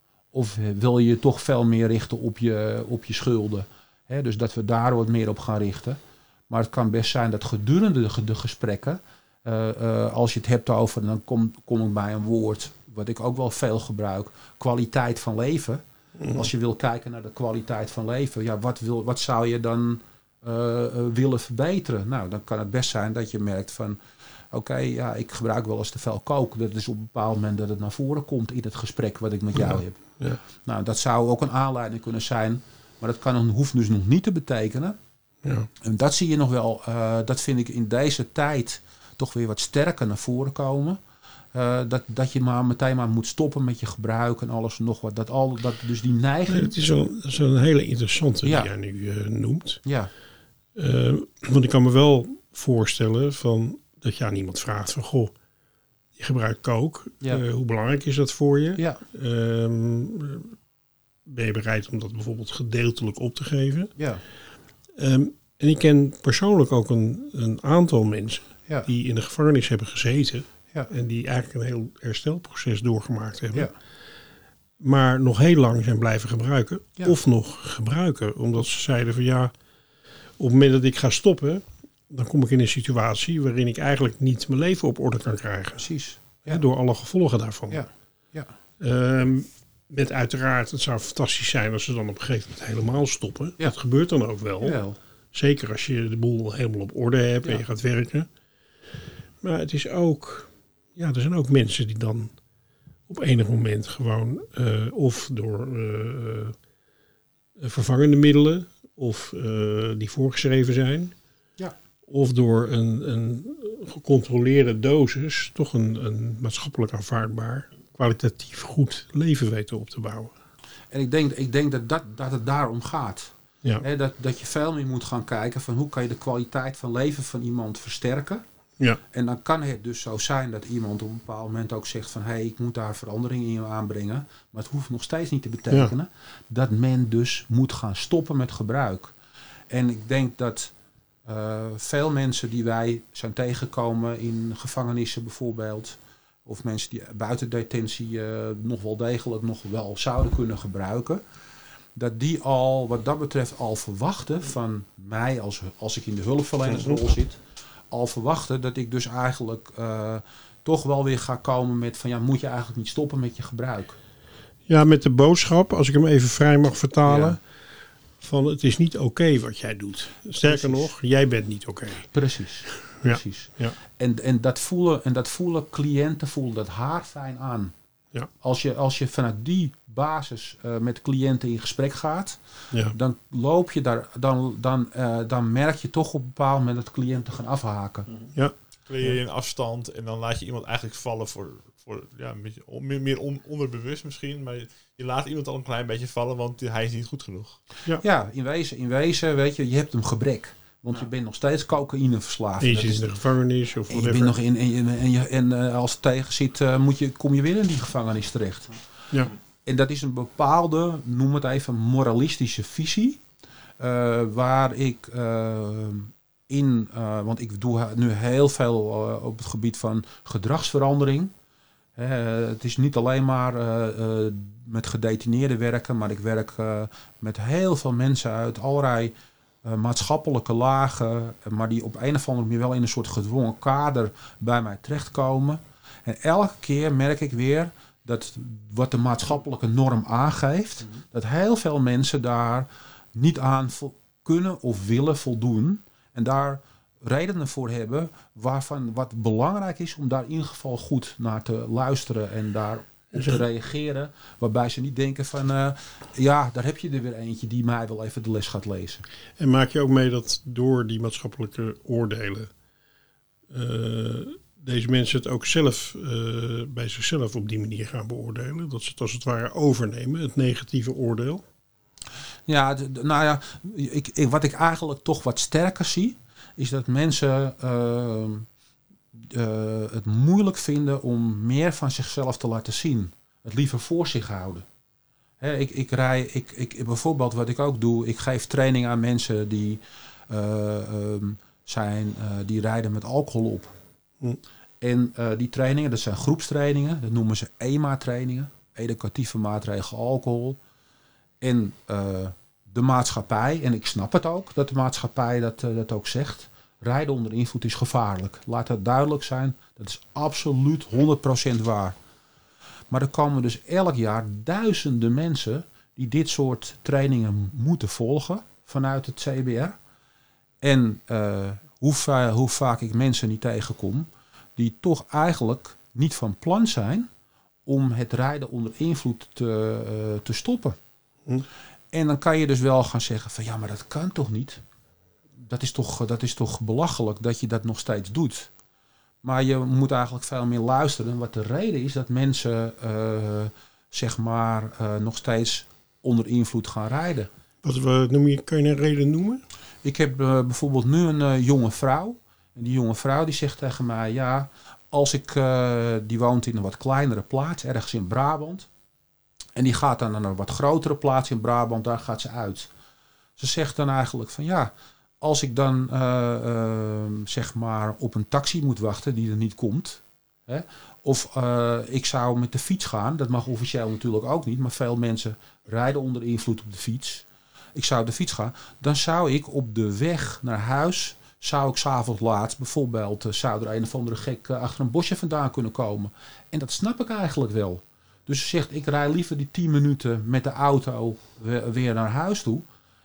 Of wil je toch veel meer richten op je, op je schulden? He, dus dat we daar wat meer op gaan richten. Maar het kan best zijn dat gedurende de, de gesprekken, uh, uh, als je het hebt over, dan kom, kom ik bij een woord wat ik ook wel veel gebruik, kwaliteit van leven. Mm-hmm. Als je wil kijken naar de kwaliteit van leven, ja, wat, wil, wat zou je dan uh, uh, willen verbeteren? Nou, dan kan het best zijn dat je merkt van, oké, okay, ja, ik gebruik wel eens te veel coke. Dat is op een bepaald moment dat het naar voren komt in het gesprek wat ik met jou heb. Ja. Nou, dat zou ook een aanleiding kunnen zijn, maar dat kan, hoeft dus nog niet te betekenen. Ja. En dat zie je nog wel, uh, dat vind ik in deze tijd toch weer wat sterker naar voren komen. Uh, dat, dat je maar meteen maar moet stoppen met je gebruik en alles nog wat. Dat al, dat, dus die neiging. Nee, het is zo'n zo hele interessante ja. die jij nu uh, noemt. Ja. Uh, want ik kan me wel voorstellen van dat je aan iemand vraagt van, goh, je gebruikt coke. Ja. Uh, hoe belangrijk is dat voor je? Ja. Um, ben je bereid om dat bijvoorbeeld gedeeltelijk op te geven? Ja. Um, en ik ken persoonlijk ook een, een aantal mensen ja. die in de gevangenis hebben gezeten. Ja. En die eigenlijk een heel herstelproces doorgemaakt hebben. Ja. Maar nog heel lang zijn blijven gebruiken. Ja. Of nog gebruiken. Omdat ze zeiden van ja, op het moment dat ik ga stoppen, dan kom ik in een situatie waarin ik eigenlijk niet mijn leven op orde kan krijgen. Precies. Ja. Ja, door alle gevolgen daarvan. Ja. Ja. Um, met uiteraard, het zou fantastisch zijn als ze dan op een gegeven moment helemaal stoppen. Ja. Dat gebeurt dan ook wel. Ja. Zeker als je de boel helemaal op orde hebt ja. en je gaat werken. Maar het is ook, ja, er zijn ook mensen die dan op enig moment gewoon uh, of door uh, vervangende middelen of uh, die voorgeschreven zijn. Ja. Of door een, een gecontroleerde dosis toch een, een maatschappelijk aanvaardbaar, kwalitatief goed leven weten op te bouwen. En ik denk, ik denk dat, dat, dat het daarom gaat. Ja. He, dat, dat je veel meer moet gaan kijken van hoe kan je de kwaliteit van leven van iemand versterken. Ja. En dan kan het dus zo zijn dat iemand op een bepaald moment ook zegt van hé, hey, ik moet daar verandering in aanbrengen. Maar het hoeft nog steeds niet te betekenen ja. dat men dus moet gaan stoppen met gebruik. En ik denk dat uh, veel mensen die wij zijn tegengekomen in gevangenissen bijvoorbeeld, of mensen die buiten detentie uh, nog wel degelijk nog wel zouden kunnen gebruiken, dat die al wat dat betreft al verwachten van mij als, als ik in de hulpverlenersrol zit, al verwachten dat ik dus eigenlijk uh, toch wel weer ga komen met van ja, moet je eigenlijk niet stoppen met je gebruik. Ja, met de boodschap, als ik hem even vrij mag vertalen, ja. van het is niet oké okay wat jij doet. Sterker Precies. nog, jij bent niet oké. Okay. Precies. Precies. Ja. Ja. En, en, dat voelen, en dat voelen cliënten voelen dat haarfijn aan. Ja. Als je, als je vanuit die basis uh, met cliënten in gesprek gaat, ja. dan loop je daar, dan, dan, uh, dan merk je toch op een bepaald moment dat cliënten gaan afhaken. Ja. Creëer je een afstand en dan laat je iemand eigenlijk vallen voor, voor ja, een beetje on, meer, meer on, onderbewust misschien, maar je, je laat iemand al een klein beetje vallen, want hij is niet goed genoeg. Ja, ja in, wezen, in wezen, weet je, je hebt een gebrek. Want je bent nog steeds cocaïne verslaafd. En je Dat zit is- in de gevangenis of en je whatever. bent nog in en, je, en, je, en uh, als het tegen zit, uh, moet je, kom je weer in die gevangenis terecht. Ja. En dat is een bepaalde, noem het even, moralistische visie. Uh, waar ik uh, in, uh, want ik doe nu heel veel uh, op het gebied van gedragsverandering. Uh, het is niet alleen maar uh, uh, met gedetineerden werken, maar ik werk uh, met heel veel mensen uit allerlei uh, maatschappelijke lagen, maar die op een of andere manier wel in een soort gedwongen kader bij mij terechtkomen. En elke keer merk ik weer dat wat de maatschappelijke norm aangeeft, mm-hmm. dat heel veel mensen daar niet aan vo- kunnen of willen voldoen. En daar redenen voor hebben waarvan wat belangrijk is om daar in ieder geval goed naar te luisteren en daar op te reageren. Waarbij ze niet denken van, uh, ja, daar heb je er weer eentje die mij wel even de les gaat lezen. En maak je ook mee dat door die maatschappelijke oordelen Uh, deze mensen het ook zelf uh, bij zichzelf op die manier gaan beoordelen? Dat ze het als het ware overnemen, het negatieve oordeel? Ja, d- d- nou ja, ik, ik, wat ik eigenlijk toch wat sterker zie, is dat mensen uh, uh, het moeilijk vinden om meer van zichzelf te laten zien. Het liever voor zich houden. Hè, ik, ik rij, ik, ik, bijvoorbeeld wat ik ook doe, ik geef training aan mensen die, uh, um, zijn, uh, die rijden met alcohol op. Hm. En uh, die trainingen, dat zijn groepstrainingen, dat noemen ze E M A-trainingen, educatieve maatregelen alcohol. En uh, de maatschappij, en ik snap het ook, dat de maatschappij dat, uh, dat ook zegt, rijden onder invloed is gevaarlijk. Laat dat duidelijk zijn, dat is absoluut honderd procent waar. Maar er komen dus elk jaar duizenden mensen die dit soort trainingen moeten volgen vanuit het C B R. En uh, hoe, va- hoe vaak ik mensen niet tegenkom die toch eigenlijk niet van plan zijn om het rijden onder invloed te, uh, te stoppen. Hm. En dan kan je dus wel gaan zeggen van ja, maar dat kan toch niet? Dat is toch, dat is toch belachelijk dat je dat nog steeds doet. Maar je moet eigenlijk veel meer luisteren. Wat de reden is dat mensen uh, zeg maar uh, nog steeds onder invloed gaan rijden. Wat uh, noem je, kan je een reden noemen? Ik heb uh, bijvoorbeeld nu een uh, jonge vrouw. En die jonge vrouw die zegt tegen mij, ja, als ik, uh, die woont in een wat kleinere plaats, ergens in Brabant. En die gaat dan naar een wat grotere plaats in Brabant, daar gaat ze uit. Ze zegt dan eigenlijk van ja, als ik dan uh, uh, zeg maar op een taxi moet wachten die er niet komt. Hè, of uh, ik zou met de fiets gaan, dat mag officieel natuurlijk ook niet, maar veel mensen rijden onder invloed op de fiets. Ik zou op de fiets gaan, dan zou ik op de weg naar huis, zou ik 's avonds laat bijvoorbeeld, uh, zou er een of andere gek uh, achter een bosje vandaan kunnen komen. En dat snap ik eigenlijk wel. Dus ze zegt, ik rij liever die tien minuten met de auto we- weer naar huis toe.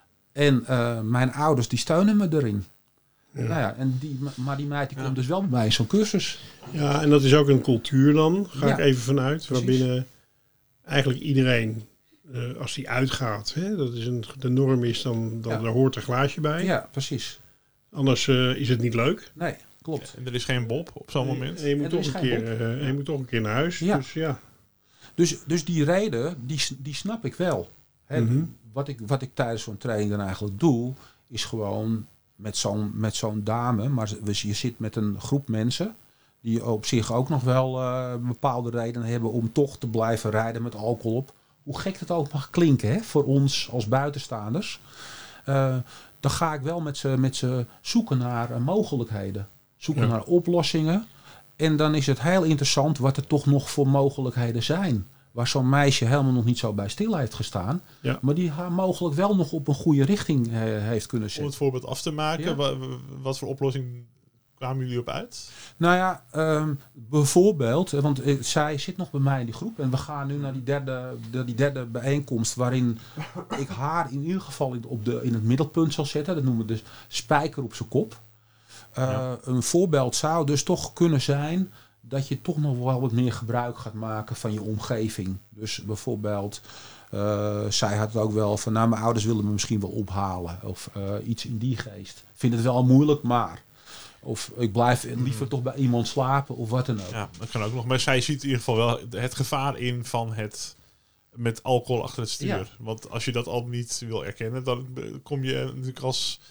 En uh, mijn ouders die steunen me erin. Ja. Nou ja, en die, maar die meid die ja. komt dus wel bij mij in zo'n cursus. Ja, en dat is ook een cultuur dan, ga ja. ik even vanuit. Precies. Waarbinnen eigenlijk iedereen, uh, als die uitgaat, hè, dat is een, de norm is, dan, dan ja. er hoort een glaasje bij. Ja, precies. Anders uh, is het niet leuk. Nee, klopt. Ja, en er is geen Bob op zo'n moment. En je moet, toch een, keer, uh, je moet toch een keer naar huis. Ja. Dus ja. Dus, dus die reden, die, die snap ik wel. Hè, mm-hmm. wat, ik, wat ik tijdens zo'n training dan eigenlijk doe, is gewoon met zo'n, met zo'n dame, maar je zit met een groep mensen die op zich ook nog wel uh, bepaalde redenen hebben om toch te blijven rijden met alcohol op. Hoe gek het ook mag klinken, hè, voor ons als buitenstaanders. Uh, dan ga ik wel met ze, met ze zoeken naar uh, mogelijkheden. Zoeken ja. naar oplossingen. En dan is het heel interessant wat er toch nog voor mogelijkheden zijn. Waar zo'n meisje helemaal nog niet zo bij stil heeft gestaan. Ja. Maar die haar mogelijk wel nog op een goede richting uh, heeft kunnen zetten. Om het voorbeeld af te maken, ja. wat, wat voor oplossing kwamen jullie op uit? Nou ja, um, bijvoorbeeld, want uh, zij zit nog bij mij in die groep. En we gaan nu naar die derde, de, die derde bijeenkomst waarin ik haar in ieder geval in, op de, in het middelpunt zal zetten. Dat noemen we dus spijker op zijn kop. Uh, ja. Een voorbeeld zou dus toch kunnen zijn dat je toch nog wel wat meer gebruik gaat maken van je omgeving. Dus bijvoorbeeld, uh, zij had het ook wel van, nou, mijn ouders willen me misschien wel ophalen. Of uh, iets in die geest. Ik vind het wel moeilijk, maar. Of ik blijf liever toch bij iemand slapen of wat dan ook. Ja, dat kan ook nog. Maar zij ziet in ieder geval wel het gevaar in van het met alcohol achter het stuur. Ja. Want als je dat al niet wil erkennen, dan kom je natuurlijk als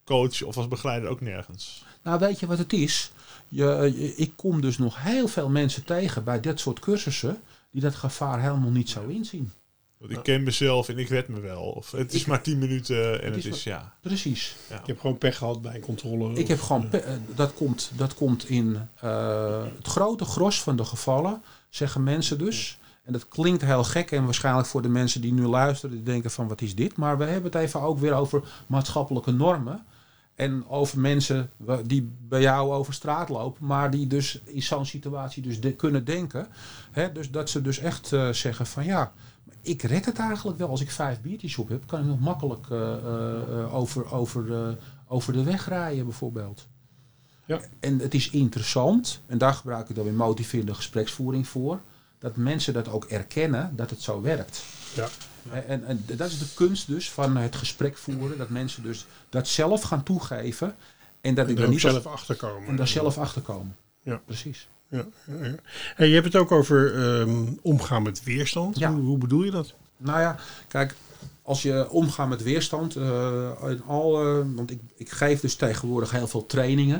coach of als begeleider ook nergens. Nou, weet je wat het is? Je, je, ik kom dus nog heel veel mensen tegen bij dit soort cursussen die dat gevaar helemaal niet zo inzien. Want ik ken mezelf en ik red me wel. Of het is Ik, maar tien minuten en het, het is, is ja. Precies. ja. Je hebt gewoon pech gehad bij een controle. Ik of, heb gewoon, uh, pe- dat, komt, dat komt in uh, het grote gros van de gevallen, zeggen mensen dus. En dat klinkt heel gek en waarschijnlijk voor de mensen die nu luisteren, die denken van wat is dit? Maar we hebben het even ook weer over maatschappelijke normen. En over mensen die bij jou over straat lopen, maar die dus in zo'n situatie dus de, kunnen denken. Hè, dus dat ze dus echt uh, zeggen van ja, ik red het eigenlijk wel. Als ik vijf biertjes op heb, kan ik nog makkelijk uh, uh, over, over, uh, over de weg rijden bijvoorbeeld. Ja. En het is interessant, en daar gebruik ik dan weer motiverende gespreksvoering voor, dat mensen dat ook erkennen dat het zo werkt. Ja. En, en dat is de kunst dus van het gesprek voeren. Dat mensen dus dat zelf gaan toegeven. En dat En ik er er ook niet zelf als, achterkomen. en daar zelf achter komen. Ja. Precies. Ja, ja, ja. Hey, je hebt het ook over um, omgaan met weerstand. Ja. Hoe, hoe bedoel je dat? Nou ja, kijk, als je omgaat met weerstand. Uh, in al, uh, want ik, ik geef dus tegenwoordig heel veel trainingen.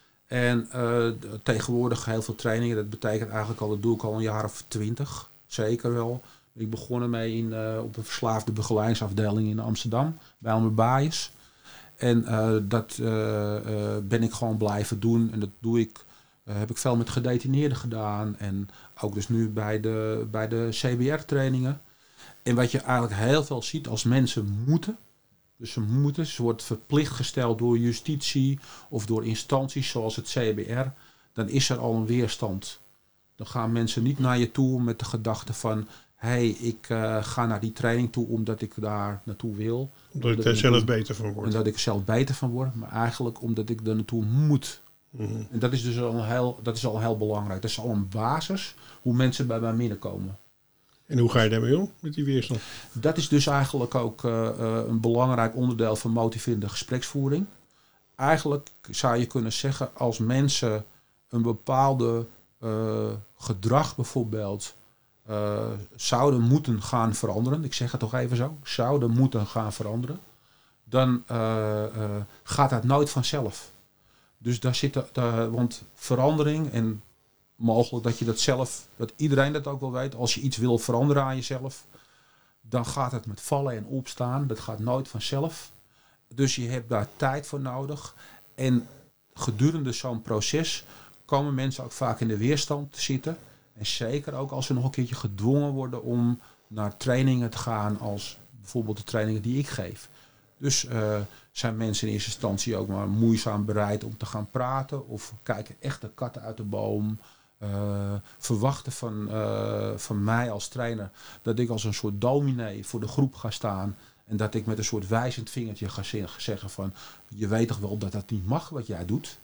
En uh, tegenwoordig heel veel trainingen. Dat betekent eigenlijk al, dat doe ik al een jaar of twintig. Zeker wel. Ik begon ermee in, uh, op een verslaafde begeleidingsafdeling in Amsterdam. Bij Almer Baaiers. En uh, dat uh, uh, ben ik gewoon blijven doen. En dat doe ik, uh, heb ik veel met gedetineerden gedaan. En ook dus nu bij de, bij de C B R-trainingen. En wat je eigenlijk heel veel ziet als mensen moeten. Dus ze moeten, ze wordt verplicht gesteld door justitie of door instanties zoals het C B R. Dan is er al een weerstand. Dan gaan mensen niet naar je toe met de gedachte van hé, hey, ik uh, ga naar die training toe omdat ik daar naartoe wil. Omdat ik er zelf beter van word. En dat ik er zelf beter van word, maar eigenlijk omdat ik er naartoe moet. Mm-hmm. En dat is dus al heel, dat is al heel belangrijk. Dat is al een basis hoe mensen bij mij binnenkomen. En hoe ga je daarmee om, met die weerstand? Dat is dus eigenlijk ook uh, uh, een belangrijk onderdeel van motiverende gespreksvoering. Eigenlijk zou je kunnen zeggen, als mensen een bepaalde uh, gedrag bijvoorbeeld uh, zouden moeten gaan veranderen, ik zeg het toch even zo, zouden moeten gaan veranderen, dan uh, uh, gaat dat nooit vanzelf. Dus daar zit, uh, want verandering en mogelijk dat je dat zelf, dat iedereen dat ook wel weet, als je iets wil veranderen aan jezelf, dan gaat het met vallen en opstaan. Dat gaat nooit vanzelf. Dus je hebt daar tijd voor nodig. En gedurende zo'n proces komen mensen ook vaak in de weerstand te zitten. En zeker ook als ze nog een keertje gedwongen worden om naar trainingen te gaan, als bijvoorbeeld de trainingen die ik geef. Dus uh, zijn mensen in eerste instantie ook maar moeizaam bereid om te gaan praten of kijken echt de katten uit de boom. Uh, verwachten van, uh, van mij als trainer dat ik als een soort dominee voor de groep ga staan en dat ik met een soort wijzend vingertje ga zeggen van je weet toch wel dat dat niet mag wat jij doet.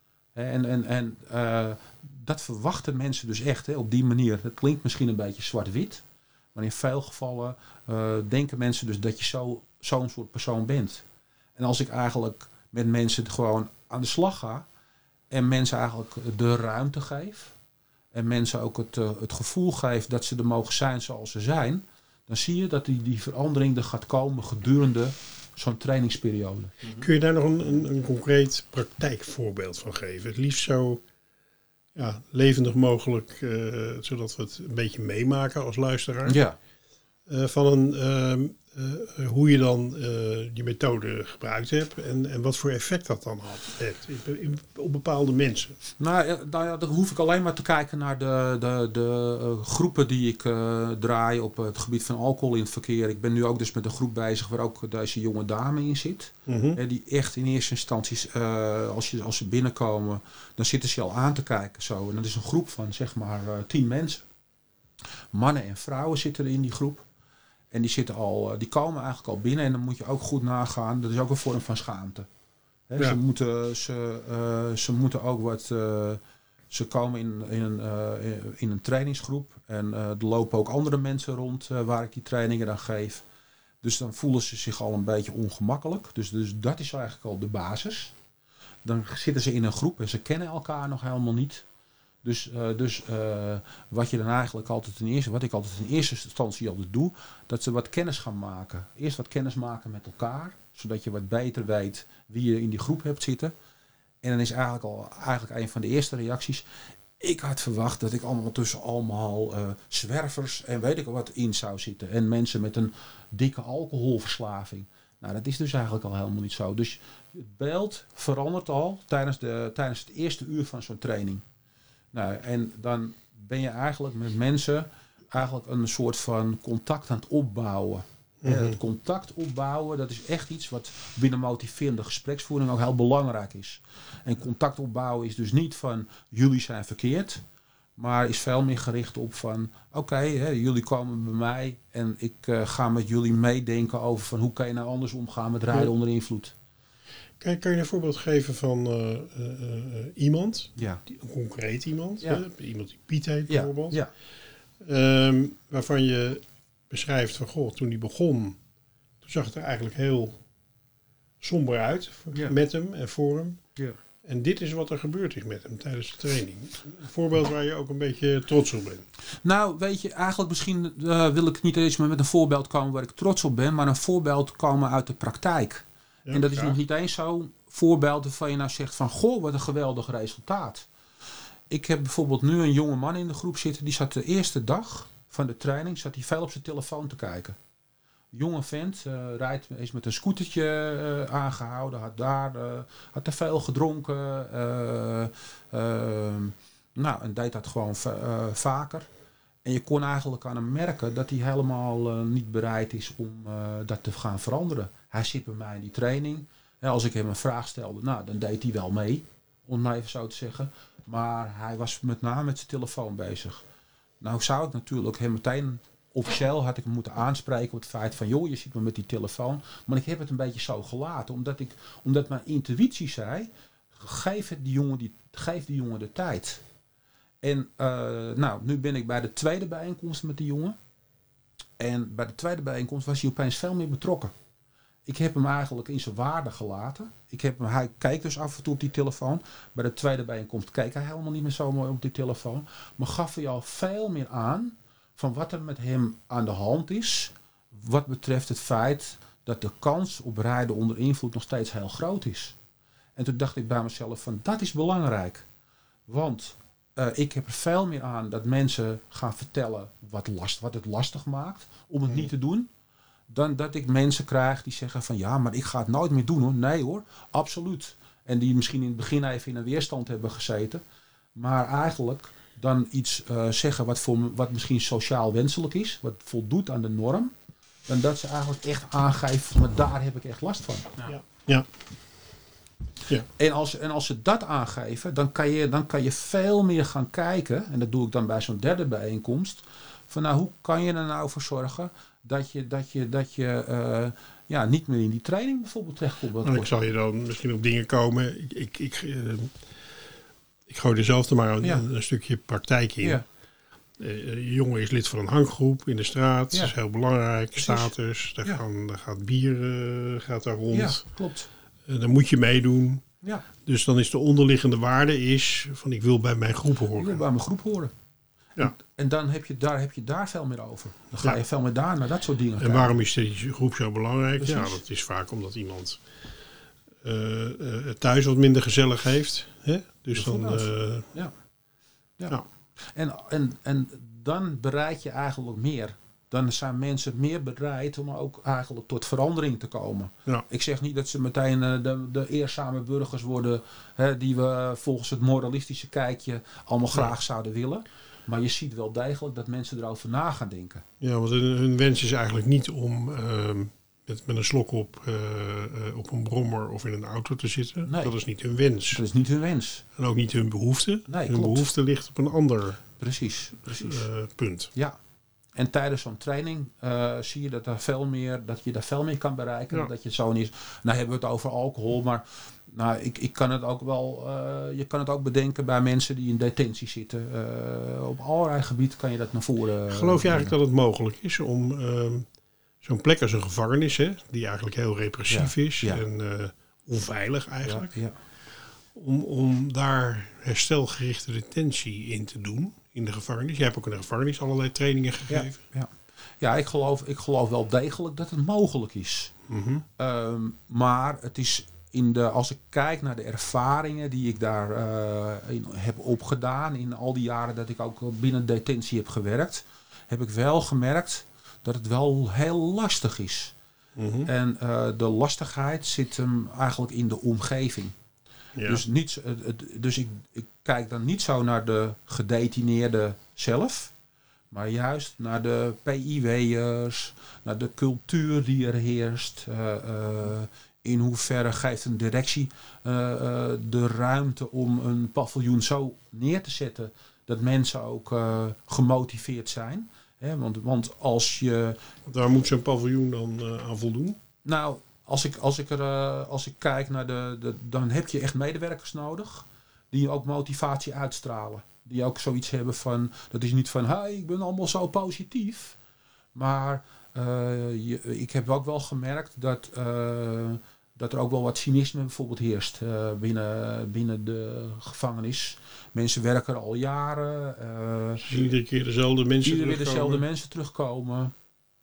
En, en, en uh, dat verwachten mensen dus echt, hè, op die manier. Dat klinkt misschien een beetje zwart-wit, maar in veel gevallen uh, denken mensen dus dat je zo, zo'n soort persoon bent. En als ik eigenlijk met mensen gewoon aan de slag ga en mensen eigenlijk de ruimte geef en mensen ook het, uh, het gevoel geeft dat ze er mogen zijn zoals ze zijn, dan zie je dat die, die verandering er gaat komen gedurende zo'n trainingsperiode. Kun je daar nog een, een, een concreet praktijkvoorbeeld van geven? Het liefst zo ja, levendig mogelijk, uh, zodat we het een beetje meemaken als luisteraar. Ja. Uh, van een, uh, uh, hoe je dan uh, die methode gebruikt hebt en, en wat voor effect dat dan had heeft in, in, op bepaalde mensen. Nou, ja, nou ja, dan hoef ik alleen maar te kijken naar de, de, de uh, groepen die ik uh, draai op het gebied van alcohol in het verkeer. Ik ben nu ook dus met een groep bezig waar ook deze jonge dame in zit. Mm-hmm. Hè, die echt in eerste instantie, uh, als, je, als ze binnenkomen, dan zitten ze al aan te kijken. Zo. En dat is een groep van zeg maar uh, tien mensen. Mannen en vrouwen zitten er in die groep. En die, zitten al, die komen eigenlijk al binnen en dan moet je ook goed nagaan. Dat is ook een vorm van schaamte. He, ja. ze, moeten, ze, uh, ze moeten ook wat... Uh, ze komen in, in, een, uh, in een trainingsgroep. En uh, er lopen ook andere mensen rond uh, waar ik die trainingen dan geef. Dus dan voelen ze zich al een beetje ongemakkelijk. Dus, dus dat is eigenlijk al de basis. Dan zitten ze in een groep en ze kennen elkaar nog helemaal niet. Dus, uh, dus uh, wat je dan eigenlijk altijd in eerste, wat ik altijd in eerste instantie altijd doe, dat ze wat kennis gaan maken. Eerst wat kennis maken met elkaar, Zodat je wat beter weet wie je in die groep hebt zitten. En dan is eigenlijk al eigenlijk een van de eerste reacties. Ik had verwacht dat ik allemaal tussen allemaal uh, zwervers en weet ik wat in zou zitten. En mensen met een dikke alcoholverslaving. Nou, dat is dus eigenlijk al helemaal niet zo. Dus het beeld verandert al tijdens, de, tijdens het eerste uur van zo'n training. Nou, en dan ben je eigenlijk met mensen eigenlijk een soort van contact aan het opbouwen. Mm-hmm. Ja, het contact opbouwen, dat is echt iets wat binnen motiverende gespreksvoering ook heel belangrijk is. En contact opbouwen is dus niet van jullie zijn verkeerd, maar is veel meer gericht op van oké, okay, jullie komen bij mij en ik uh, ga met jullie meedenken over van hoe kan je nou anders omgaan met rijden ja. onder invloed. Kan, kan je een voorbeeld geven van uh, uh, uh, iemand, ja. die, een concreet iemand, ja. uh, iemand die Piet heet ja. bijvoorbeeld, ja. Um, waarvan je beschrijft van goh, toen die begon, toen zag het er eigenlijk heel somber uit ja. met hem en voor hem. Ja. En dit is wat er gebeurd is met hem tijdens de training. Een voorbeeld waar je ook een beetje trots op bent. Nou, weet je, eigenlijk misschien uh, wil ik niet eens met een voorbeeld komen waar ik trots op ben, maar een voorbeeld komen uit de praktijk. Ja, en dat is ja. nog niet eens zo'n voorbeeld waarvan je nou zegt van goh, wat een geweldig resultaat. Ik heb bijvoorbeeld nu een jonge man in de groep zitten, die zat de eerste dag van de training, zat hij veel op zijn telefoon te kijken. Jonge vent, uh, rijdt, is met een scootertje uh, aangehouden, had daar uh, had te veel gedronken. Uh, uh, nou, en deed dat gewoon va- uh, vaker. En je kon eigenlijk aan hem merken dat hij helemaal uh, niet bereid is om uh, dat te gaan veranderen. Hij zit bij mij in die training. Ja, als ik hem een vraag stelde, nou, dan deed hij wel mee, om het maar even zo te zeggen. Maar hij was met name met zijn telefoon bezig. Nou zou ik natuurlijk hem meteen, officieel had ik hem moeten aanspreken op het feit van joh, je zit me met die telefoon. Maar ik heb het een beetje zo gelaten, omdat, ik, omdat mijn intuïtie zei, geef, het die jongen die, geef die jongen de tijd. En uh, nou, nu ben ik bij de tweede bijeenkomst met die jongen. En bij de tweede bijeenkomst was hij opeens veel meer betrokken. Ik heb hem eigenlijk in zijn waarde gelaten. Ik heb hem, hij kijkt dus af en toe op die telefoon. Bij de tweede bijeenkomst keek hij helemaal niet meer zo mooi op die telefoon. Maar gaf hij al veel meer aan van wat er met hem aan de hand is. Wat betreft het feit dat de kans op rijden onder invloed nog steeds heel groot is. En toen dacht ik bij mezelf van dat is belangrijk. Want uh, ik heb er veel meer aan dat mensen gaan vertellen wat, last, wat het lastig maakt om het niet te doen. Dan dat ik mensen krijg die zeggen van ja, maar ik ga het nooit meer doen hoor. Nee hoor, absoluut. En die misschien in het begin even in een weerstand hebben gezeten. Maar eigenlijk dan iets uh, zeggen wat, voor, wat misschien sociaal wenselijk is. Wat voldoet aan de norm. Dan dat ze eigenlijk echt aangeven, maar daar heb ik echt last van. Ja. Ja. Ja. En, als, en als ze dat aangeven, dan kan, je, dan kan je veel meer gaan kijken. En dat doe ik dan bij zo'n derde bijeenkomst. Van nou, hoe kan je er nou voor zorgen dat je, dat je, dat je uh, ja, niet meer in die training bijvoorbeeld terechtkomt. Nou, ik zal je dan misschien op dingen komen. Ik, ik, ik, uh, ik gooi er zelf er maar een, ja. een, een stukje praktijk in. Ja. Uh, jongen is lid van een hanggroep in de straat. Ja. Dat is heel belangrijk. Precies. Status. Daar, ja. gaan, daar gaat bier uh, gaat daar rond. Ja, klopt. Uh, dan moet je meedoen. Ja. Dus dan is de onderliggende waarde is van ik wil bij mijn groep horen. Ik wil bij mijn groep horen. Ja. En, en dan heb je, daar, heb je daar veel meer over. Dan ga ja. je veel meer daar naar dat soort dingen En kijken. waarom is die groep zo belangrijk? Precies. Ja, dat is vaak omdat iemand uh, uh, thuis wat minder gezellig heeft. Hè? Dus dan... Uh, ja. Ja. Ja. En, en, en dan bereik je eigenlijk meer. Dan zijn mensen meer bereid om ook eigenlijk tot verandering te komen. Ja. Ik zeg niet dat ze meteen uh, de, de eerzame burgers worden, hè, die we volgens het moralistische kijkje allemaal graag ja. zouden willen. Maar je ziet wel degelijk dat mensen erover na gaan denken. Ja, want hun, hun wens is eigenlijk niet om uh, met, met een slok op, uh, uh, op een brommer of in een auto te zitten. Nee. Dat is niet hun wens. Dat is niet hun wens. En ook niet hun behoefte. Nee, hun klopt. behoefte ligt op een ander precies, precies. Uh, punt. Ja. En tijdens zo'n training uh, zie je dat, er veel meer, dat je daar veel meer kan bereiken. Ja. Dat je zo niet. Nou hebben we het over alcohol, maar nou, ik, ik kan het ook wel. Uh, je kan het ook bedenken bij mensen die in detentie zitten. Uh, op allerlei gebieden kan je dat naar voren. Uh, Geloof je eigenlijk dat het mogelijk is om uh, zo'n plek als een gevangenis, hè, die eigenlijk heel repressief ja. is ja. en uh, onveilig eigenlijk, ja. Ja. Om, om daar herstelgerichte detentie in te doen? In de gevangenis. Jij hebt ook in de gevangenis allerlei trainingen gegeven. Ja, ja. Ja, ik geloof, ik geloof wel degelijk dat het mogelijk is. Mm-hmm. Um, maar het is in de, als ik kijk naar de ervaringen die ik daar uh, in heb opgedaan, in al die jaren dat ik ook binnen detentie heb gewerkt, heb ik wel gemerkt dat het wel heel lastig is. Mm-hmm. En uh, de lastigheid zit hem eigenlijk in de omgeving. Ja. Dus, niet, uh, dus ik, ik kijk dan niet zo naar de gedetineerde zelf, maar juist naar de P I W'ers, naar de cultuur die er heerst. Uh, uh, in hoeverre geeft een directie uh, uh, de ruimte om een paviljoen zo neer te zetten dat mensen ook uh, gemotiveerd zijn. Hè, want, want als je... Daar moet zo'n paviljoen dan uh, aan voldoen? Nou, als ik, als ik, er, uh, als ik kijk naar de, de... dan heb je echt medewerkers nodig die ook motivatie uitstralen. Die ook zoiets hebben van... Dat is niet van, hey, ik ben allemaal zo positief. Maar uh, je, ik heb ook wel gemerkt dat... Uh, dat er ook wel wat cynisme bijvoorbeeld heerst uh, binnen, binnen de gevangenis. Mensen werken er al jaren. Uh, Ze zien iedere keer dezelfde mensen iedere terugkomen. weer dezelfde mensen terugkomen.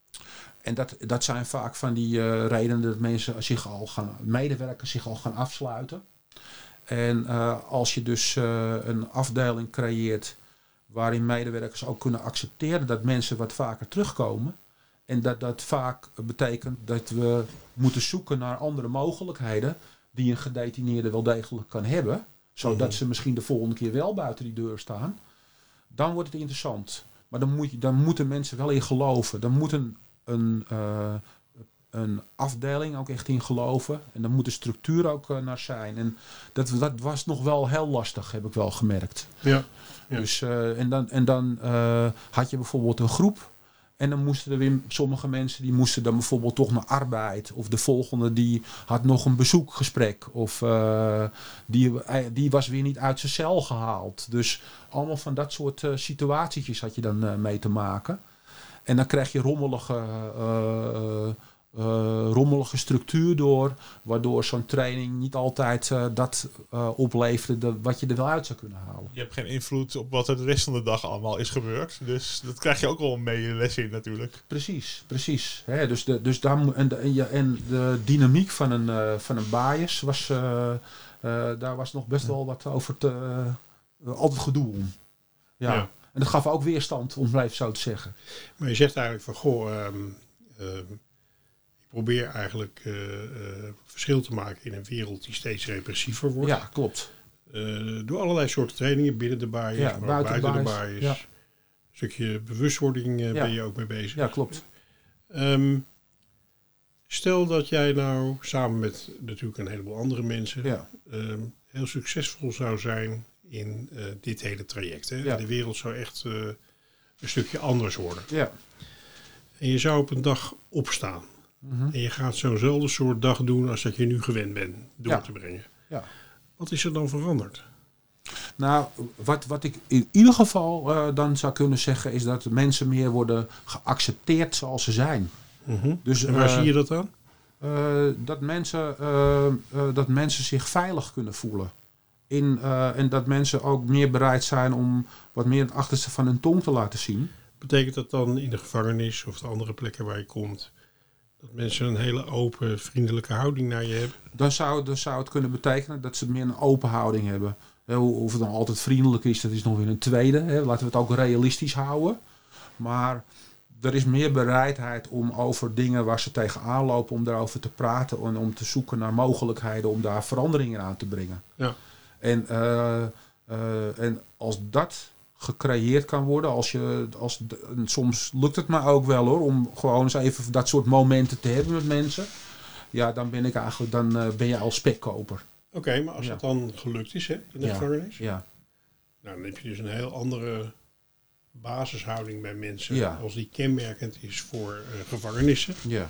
En dat, dat zijn vaak van die uh, redenen dat mensen zich al gaan, medewerkers zich al gaan afsluiten. En uh, als je dus uh, een afdeling creëert waarin medewerkers ook kunnen accepteren dat mensen wat vaker terugkomen. En dat dat vaak betekent dat we moeten zoeken naar andere mogelijkheden die een gedetineerde wel degelijk kan hebben. Zodat mm-hmm. ze misschien de volgende keer wel buiten die deur staan. Dan wordt het interessant. Maar dan, moet je, dan moeten mensen wel in geloven. Dan moet een, een, uh, een afdeling ook echt in geloven. En dan moet de structuur ook uh, naar zijn. En dat, dat was nog wel heel lastig, heb ik wel gemerkt. Ja. Ja. Dus, uh, en dan, en dan uh, had je bijvoorbeeld een groep. En dan moesten er weer sommige mensen die moesten dan bijvoorbeeld toch naar arbeid. Of de volgende die had nog een bezoekgesprek. Of uh, die, die was weer niet uit zijn cel gehaald. Dus allemaal van dat soort uh, situatietjes had je dan uh, mee te maken. En dan krijg je rommelige, uh, uh, rommelige structuur door. Waardoor zo'n training niet altijd uh, dat uh, opleverde dat, wat je er wel uit zou kunnen halen. Je hebt geen invloed op wat er de rest van de dag allemaal is gebeurd. Dus dat krijg je ook wel mee les in natuurlijk. Precies, precies. Hè, dus de, dus daar, en, de, en, ja, en de dynamiek van een, uh, van een bias was, uh, uh, daar was nog best wel wat over te, uh, altijd gedoe om. Ja. ja. En dat gaf ook weerstand, om het even zo te zeggen. Maar je zegt eigenlijk van, goh, um, uh, ik probeer eigenlijk uh, uh, verschil te maken in een wereld die steeds repressiever wordt. Ja, klopt. Uh, door allerlei soorten trainingen, binnen de bias, ja, maar buiten, buiten de bias. Ja. Een stukje bewustwording uh, ja. ben je ook mee bezig. Ja, klopt. Um, stel dat jij nou samen met natuurlijk een heleboel andere mensen ja. um, heel succesvol zou zijn in uh, dit hele traject. Hè? Ja. De wereld zou echt uh, een stukje anders worden. Ja. En je zou op een dag opstaan. Mm-hmm. En je gaat zo'nzelfde soort dag doen als dat je nu gewend bent door ja. te brengen. Ja. Wat is er dan veranderd? Nou, wat, wat ik in ieder geval uh, dan zou kunnen zeggen is dat mensen meer worden geaccepteerd zoals ze zijn. Mm-hmm. Dus, en waar uh, zie je dat dan? Uh, dat, mensen, uh, uh, dat mensen zich veilig kunnen voelen. In, uh, en dat mensen ook meer bereid zijn om wat meer het achterste van hun tong te laten zien. Betekent dat dan in de gevangenis of de andere plekken waar je komt, dat mensen een hele open, vriendelijke houding naar je hebben? Dan zou, dan zou het kunnen betekenen dat ze meer een open houding hebben. Of het dan altijd vriendelijk is, dat is nog weer een tweede. Hè. Laten we het ook realistisch houden. Maar er is meer bereidheid om over dingen waar ze tegenaan lopen, om daarover te praten en om te zoeken naar mogelijkheden om daar veranderingen aan te brengen. Ja. En, uh, uh, en als dat gecreëerd kan worden, als je, als de, soms lukt het me ook wel hoor, om gewoon eens even dat soort momenten te hebben met mensen. Ja, dan ben ik eigenlijk, dan uh, ben je al spekkoper. Oké, okay, maar als ja. het dan gelukt is hè, in de ja. gevangenis, ja. nou, dan heb je dus een heel andere basishouding bij mensen, ja. als die kenmerkend is voor uh, gevangenissen. Ja.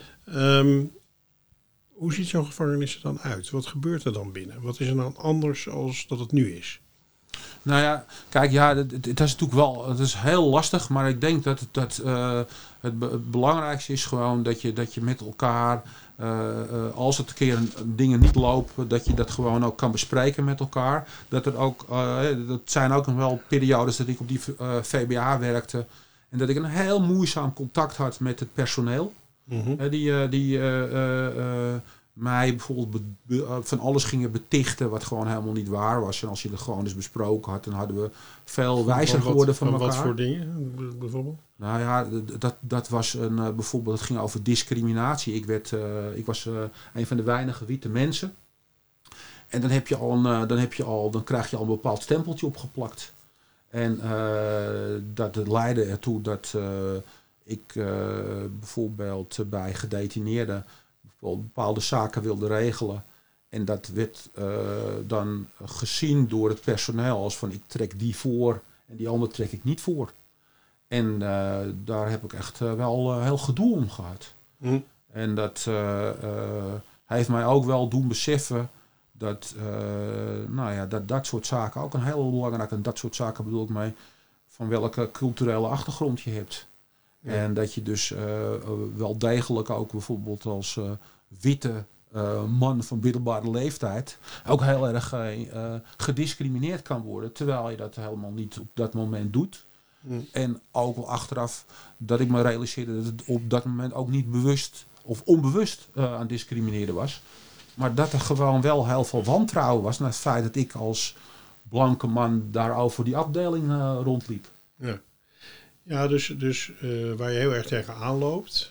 Um, hoe ziet zo'n gevangenis er dan uit? Wat gebeurt er dan binnen? Wat is er dan anders als dat het nu is? Nou ja, kijk, ja, het, het is natuurlijk wel, het is heel lastig, maar ik denk dat het, dat, uh, het, be- het belangrijkste is gewoon dat je, dat je met elkaar, uh, uh, als het een keer een, dingen niet lopen, dat je dat gewoon ook kan bespreken met elkaar. Dat er ook, uh, dat zijn ook nog wel periodes dat ik op die uh, V B A werkte En dat ik een heel moeizaam contact had met het personeel. Mhm. Uh, die uh, die uh, uh, uh, mij bijvoorbeeld be, be, uh, van alles gingen betichten wat gewoon helemaal niet waar was. En als je er gewoon eens besproken had, dan hadden we veel wijzer Van geworden wat, van elkaar. Wat voor dingen b- bijvoorbeeld? Nou ja, d- dat, dat was een, uh, bijvoorbeeld, het ging over discriminatie. Ik, werd, uh, ik was uh, een van de weinige witte mensen. En dan heb je al, een, uh, dan heb je al, dan krijg je al een bepaald stempeltje opgeplakt. En uh, dat leidde ertoe dat uh, ik uh, bijvoorbeeld bij gedetineerden bepaalde zaken wilde regelen. En dat werd uh, dan gezien door het personeel als van ik trek die voor en die andere trek ik niet voor. En uh, daar heb ik echt uh, wel uh, heel gedoe om gehad. Hm. En dat uh, uh, heeft mij ook wel doen beseffen dat, uh, nou ja, dat dat soort zaken ook een heel belangrijk, en dat soort zaken bedoel ik mee, van welke culturele achtergrond je hebt. Ja. En dat je dus uh, wel degelijk ook bijvoorbeeld als uh, witte uh, man van middelbare leeftijd ook heel erg uh, gediscrimineerd kan worden, terwijl je dat helemaal niet op dat moment doet. Mm. En ook wel achteraf dat ik me realiseerde dat het op dat moment ook niet bewust of onbewust uh, aan discrimineren was. Maar dat er gewoon wel heel veel wantrouwen was naar het feit dat ik als blanke man daar over die afdeling uh, rondliep. Ja, ja dus, dus uh, waar je heel erg tegenaan loopt,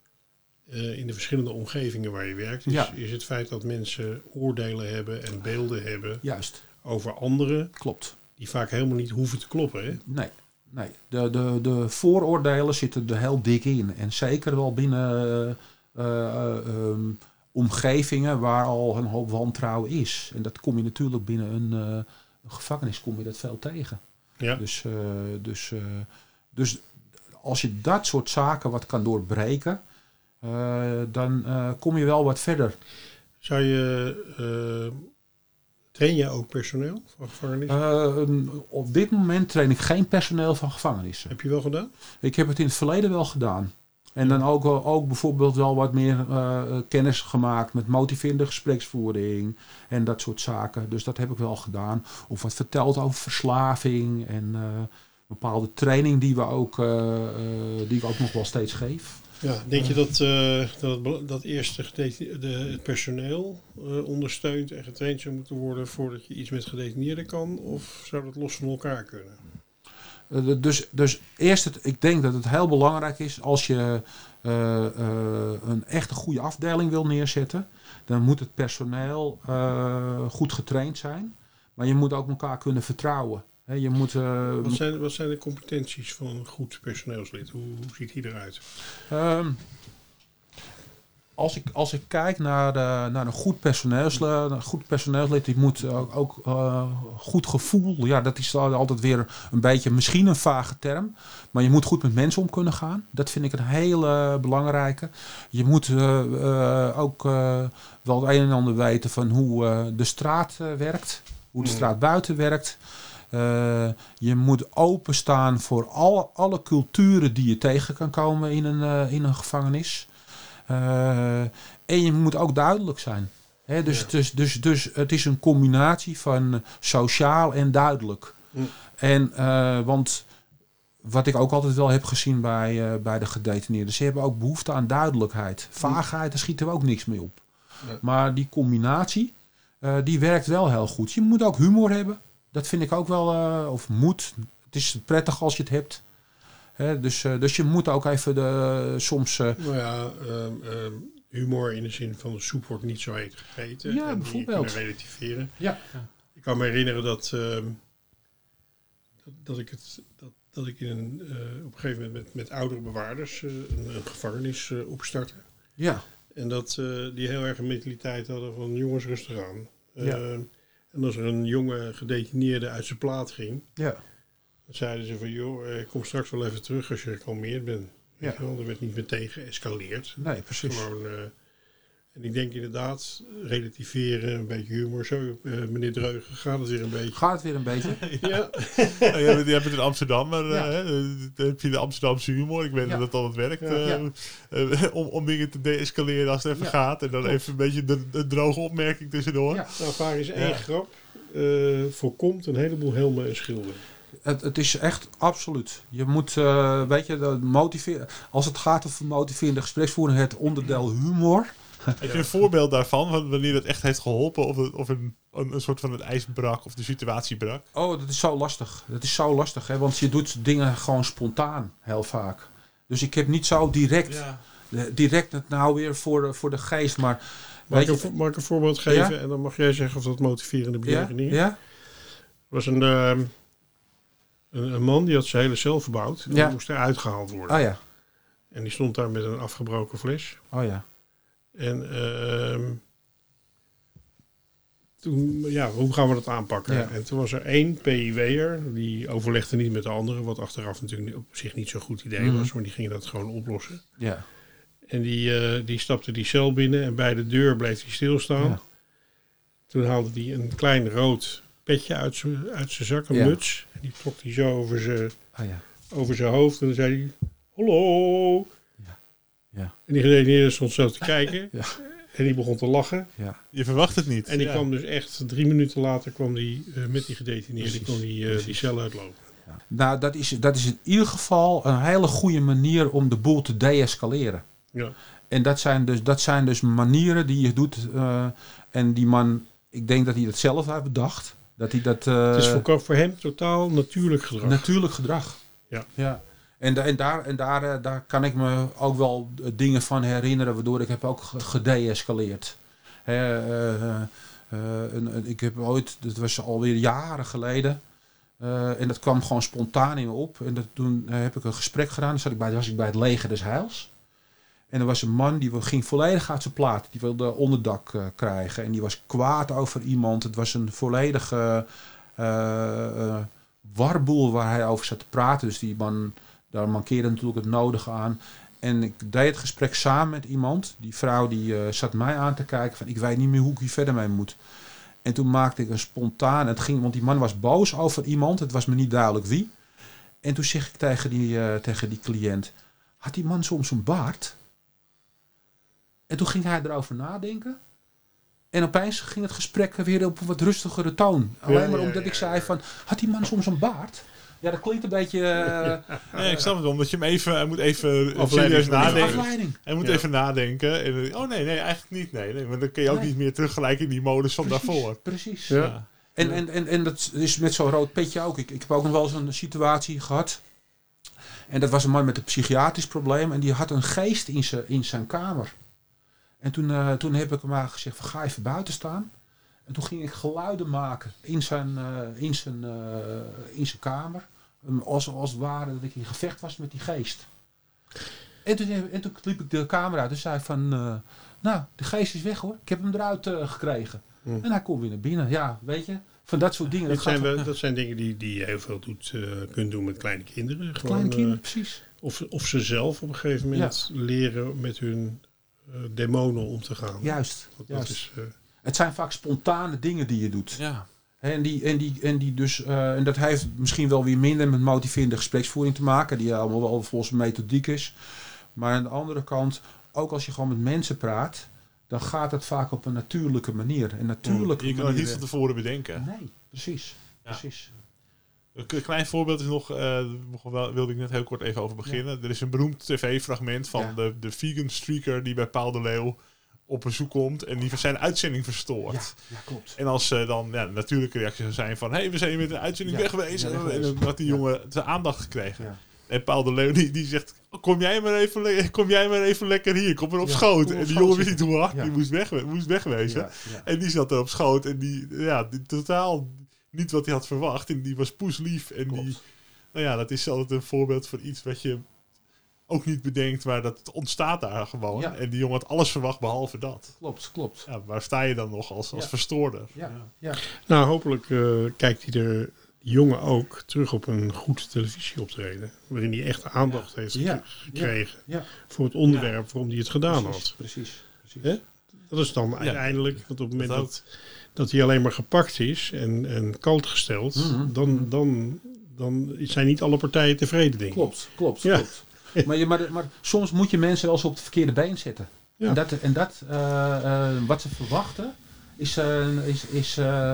uh, in de verschillende omgevingen waar je werkt, is, ja. is het feit dat mensen oordelen hebben en beelden hebben. Juist. Over anderen. Klopt. Die vaak helemaal niet hoeven te kloppen, hè? Nee. Nee, de, de, de vooroordelen zitten er heel dik in. En zeker wel binnen uh, uh, um, omgevingen waar al een hoop wantrouwen is. En dat kom je natuurlijk binnen een, uh, een gevangenis kom je dat veel tegen. Ja. Dus, uh, dus, uh, dus als je dat soort zaken wat kan doorbreken, uh, dan uh, kom je wel wat verder. Zou je... Uh Train je ook personeel van gevangenissen? Uh, op dit moment train ik geen personeel van gevangenissen. Heb je wel gedaan? Ik heb het in het verleden wel gedaan. En dan ook, ook bijvoorbeeld wel wat meer uh, kennis gemaakt met motiverende gespreksvoering en dat soort zaken. Dus dat heb ik wel gedaan. Of wat verteld over verslaving en uh, bepaalde training die, we ook, uh, uh, die ik ook nog wel steeds geef. Ja, denk je dat, uh, dat, het, dat eerst de, de, het personeel uh, ondersteund en getraind zou moeten worden voordat je iets met gedetineerden kan? Of zou dat los van elkaar kunnen? Uh, dus, dus eerst, het, ik denk dat het heel belangrijk is als je uh, uh, een echte goede afdeling wil neerzetten. Dan moet het personeel uh, goed getraind zijn. Maar je moet ook elkaar kunnen vertrouwen. He, je moet, uh, wat, zijn, wat zijn de competenties van een goed personeelslid? Hoe, hoe ziet die eruit? Um, als, ik, als ik kijk naar, de, naar een goed personeelslid, een goed personeelslid, die moet ook, ook uh, goed gevoel. Ja, dat is altijd weer een beetje misschien een vage term. Maar je moet goed met mensen om kunnen gaan. Dat vind ik een hele belangrijke. Je moet uh, uh, ook uh, wel het een en ander weten van hoe uh, de straat uh, werkt. Hoe de straat buiten werkt. Uh, je moet openstaan voor alle, alle culturen die je tegen kan komen in een, uh, in een gevangenis. Uh, en je moet ook duidelijk zijn. Hè, dus, ja. dus, dus, dus het is een combinatie van sociaal en duidelijk. Ja. En, uh, want wat ik ook altijd wel heb gezien bij, uh, bij de gedetineerden, ze hebben ook behoefte aan duidelijkheid. Vaagheid, daar schieten we ook niks mee op. Ja. Maar die combinatie, uh, die werkt wel heel goed. Je moet ook humor hebben. Dat vind ik ook wel, uh, of moet. Het is prettig als je het hebt. Hè, dus, uh, dus je moet ook even de, uh, soms... Uh, nou ja, um, um, humor in de zin van de soep wordt niet zo heet gegeten. Ja, en bijvoorbeeld. Je kunnen relativeren. Ja. Ja. Ik kan me herinneren dat, um, dat, dat, ik, het, dat, dat ik in een, uh, op een gegeven moment met, met oudere bewaarders uh, een, een gevangenis uh, opstartte. Ja. En dat uh, die heel erg een mentaliteit hadden van jongens rustig aan. Uh, ja. En als er een jonge gedetineerde uit zijn plaat ging, ja. dan zeiden ze van joh, ik kom straks wel even terug als je gekalmeerd bent. Ja. Er werd niet meteen geëscaleerd. Nee, precies. Gewoon, uh, en ik denk inderdaad, relativeren, een beetje humor. Zo, uh, meneer Dreugen, gaat het weer een beetje? Gaat het weer een beetje? ja. ja, je hebt het in Amsterdam, maar ja. uh, dan heb je de Amsterdamse humor. Ik weet ja. dat het altijd werkt. Ja. Uh, ja. uh, om, om dingen te deescaleren als het even ja. gaat. En dan Klopt. even een beetje de, de droge opmerking tussendoor. Ja. Nou, vaak is één ja. grap. Uh, voorkomt een heleboel helmen en schilden. Het, het is echt absoluut. Je moet, uh, weet je, motiveren. Als het gaat over motiverende gespreksvoering, het onderdeel humor. Heb je een voorbeeld daarvan, van wanneer dat echt heeft geholpen? Of, het, of een, een, een soort van het ijs brak of de situatie brak? Oh, dat is zo lastig. Dat is zo lastig, hè? Want je doet dingen gewoon spontaan, heel vaak. Dus ik heb niet zo direct, ja. direct het nou weer voor de, voor de geest, maar... Mag ik, een, mag ik een voorbeeld geven? Ja? En dan mag jij zeggen of dat motiverende beweging is. Ja? Ja? Er was een, uh, een, een man die had zijn hele cel verbouwd. En ja. die moest eruit gehaald worden. Oh ja. En die stond daar met een afgebroken fles. Oh ja. En uh, toen, ja, hoe gaan we dat aanpakken? Ja. En toen was er één P I W'er, die overlegde niet met de anderen, wat achteraf natuurlijk op zich niet zo'n goed idee mm-hmm. was, maar die gingen dat gewoon oplossen. Ja. En die, uh, die stapte die cel binnen en bij de deur bleef hij stilstaan. Ja. Toen haalde hij een klein rood petje uit zijn uit zijn zak, een ja. muts. En die trok hij zo over zijn, oh ja. over zijn hoofd en dan zei hij, hallo. Ja. Ja. En die gedetineerde stond zo te kijken. Ja. En die begon te lachen. Ja. Je verwacht het niet. En die ja. kwam dus echt drie minuten later kwam die, uh, met die gedetineerde die kon die, uh, die cel uitlopen. Ja. Nou, dat is, dat is in ieder geval een hele goede manier om de boel te de-escaleren. Ja. En dat zijn, dus, dat zijn dus manieren die je doet. Uh, en die man, ik denk dat hij dat zelf heeft bedacht. Dat hij dat, uh, het is voor, voor hem totaal natuurlijk gedrag. Natuurlijk gedrag. Ja. Ja. En, da, en, daar, en daar, daar kan ik me ook wel dingen van herinneren, waardoor ik heb ook gede-escaleerd. He, uh, uh, uh, en, ik heb ooit, dat was alweer jaren geleden, uh, en dat kwam gewoon spontaan in me op. En dat, toen uh, heb ik een gesprek gedaan, dan zat ik bij, was ik bij het leger des Heils. En er was een man die ging volledig uit zijn plaat. Die wilde onderdak uh, krijgen. En die was kwaad over iemand. Het was een volledige uh, uh, warboel waar hij over zat te praten. Dus die man, daar mankeerde natuurlijk het nodige aan. En ik deed het gesprek samen met iemand. Die vrouw die uh, zat mij aan te kijken. Van, ik weet niet meer hoe ik hier verder mee moet. En toen maakte ik een spontaan. Het ging, want die man was boos over iemand. Het was me niet duidelijk wie. En toen zeg ik tegen die, uh, tegen die cliënt. Had die man soms een baard? En toen ging hij erover nadenken. En opeens ging het gesprek weer op een wat rustigere toon. Alleen ja, maar omdat ja, ja, ik zei van, had die man soms een baard? Ja, dat klinkt een beetje... Uh, nee, ik snap het, omdat je hem even... Hij moet even serieus nadenken. Afleiding. Hij moet ja. even nadenken. En, oh nee, nee, eigenlijk niet. Nee, nee, maar dan kun je ook nee. niet meer teruggelijken in die modus van precies, daarvoor. Precies. Ja. Ja. En, en, en, en dat is met zo'n rood petje ook. Ik, ik heb ook nog wel eens een situatie gehad. En dat was een man met een psychiatrisch probleem. En die had een geest in zijn, in zijn kamer. En toen, uh, toen heb ik hem maar gezegd van, ga even buiten staan. En toen ging ik geluiden maken in zijn, uh, in zijn, uh, in zijn kamer. Um, als, als het ware dat ik in gevecht was met die geest. En toen, en toen liep ik de kamer uit en zei van, uh, nou, de geest is weg hoor. Ik heb hem eruit uh, gekregen. Mm. En hij komt weer naar binnen. Ja, weet je, van dat soort dingen. Dat, dat, zijn, we, dat zijn dingen die, die je heel veel doet, uh, kunt doen met kleine kinderen. Gewoon, kleine kinderen, uh, precies. Of, of ze zelf op een gegeven moment ja. leren met hun... Uh, demonen om te gaan. Juist. Dat juist. Is, uh... Het zijn vaak spontane dingen die je doet. Ja. En, die, en, die, en, die dus, uh, en dat heeft misschien wel weer minder met motiverende gespreksvoering te maken. Die allemaal wel volgens methodiek is. Maar aan de andere kant, ook als je gewoon met mensen praat. Dan gaat het vaak op een natuurlijke manier. En natuurlijke je kan het niet van tevoren bedenken. Nee, precies. Ja. precies. Een klein voorbeeld is nog, uh, wilde ik net heel kort even over beginnen. Ja. Er is een beroemd tv-fragment van ja. de, de vegan streaker die bij Paul de Leeuw op bezoek komt en die zijn uitzending verstoort. Ja, ja klopt. En als uh, dan ja, de natuurlijke reacties zou zijn van, hé, hey, we zijn met een uitzending ja, weggewezen. Ja, en dan had die jongen ja. zijn aandacht gekregen. Ja. En Paul de Leeuw die, die zegt, kom jij, maar even le- kom jij maar even lekker hier, kom er op ja, schoot. op En die schoot jongen wist niet hoe hard, ja. die moest, weg, moest wegwezen. Ja, ja. En die zat er op schoot en die, ja, die, totaal niet wat hij had verwacht. En die was poeslief. En Klopt. die, nou ja, dat is altijd een voorbeeld van iets wat je ook niet bedenkt, maar dat ontstaat daar gewoon. Ja. En die jongen had alles verwacht behalve dat. Klopt, klopt. Ja, waar sta je dan nog als, als ja. verstoorder? Ja. Ja. Ja. Nou, hopelijk uh, kijkt hij er, die jongen ook, terug op een goed televisieoptreden. Waarin hij echt aandacht ja. heeft ja. gekregen ja. Ja. voor het onderwerp ja. waarom hij het gedaan precies, had. Precies, precies. Hè? Dat is dan ja. uiteindelijk, want op het moment dat, dat, dat hij alleen maar gepakt is en, en kalt gesteld, mm-hmm. dan, dan, dan zijn niet alle partijen tevreden, denk ik. Klopt, klopt, ja. klopt. Maar, je, maar, maar soms moet je mensen wel eens op het verkeerde been zetten. Ja. En dat, en dat uh, uh, wat ze verwachten, is, uh, is, is uh,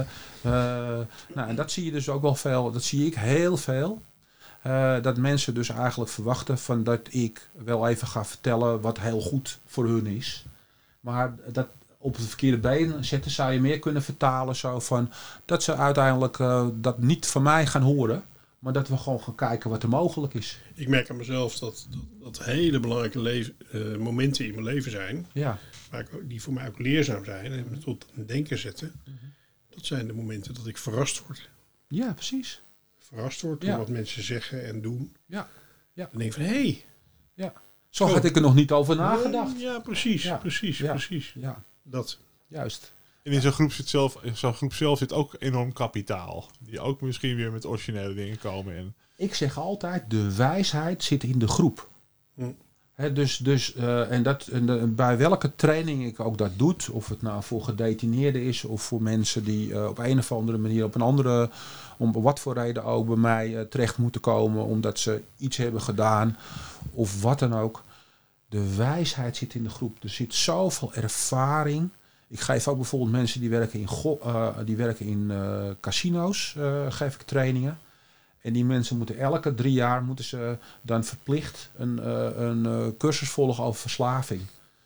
Uh, nou, en dat zie je dus ook wel veel. Dat zie ik heel veel. Uh, dat mensen dus eigenlijk verwachten van dat ik wel even ga vertellen wat heel goed voor hun is. Maar dat op het verkeerde been zetten zou je meer kunnen vertalen. Zo van dat ze uiteindelijk uh, dat niet van mij gaan horen. Maar dat we gewoon gaan kijken wat er mogelijk is. Ik merk aan mezelf dat dat, dat hele belangrijke leven, uh, momenten in mijn leven zijn. Ja. Maar ik, die voor mij ook leerzaam zijn en me tot een denken zetten. Mm-hmm. Dat zijn de momenten dat ik verrast word. Ja, precies. Verrast word door ja. wat mensen zeggen en doen. Ja. Ja. Dan denk ik van, hé. Hey, ja. Zo had ik er nog niet over nagedacht. Ja, precies. Ja. Precies, ja. precies. Ja. Dat. Juist. En in zo'n groep zit zelf, in zo'n groep zelf zit ook enorm kapitaal. Die ook misschien weer met originele dingen komen. En ik zeg altijd, de wijsheid zit in de groep. Hm. He, dus, dus, uh, en dat, en de, bij welke training ik ook dat doe, of het nou voor gedetineerden is of voor mensen die uh, op een of andere manier, op een andere, om wat voor reden ook bij mij uh, terecht moeten komen, omdat ze iets hebben gedaan of wat dan ook. De wijsheid zit in de groep. Er zit zoveel ervaring. Ik geef ook bijvoorbeeld mensen die werken in, go- uh, die werken in uh, casino's, uh, geef ik trainingen. En die mensen moeten elke drie jaar moeten ze dan verplicht een, uh, een uh, cursus volgen over verslaving.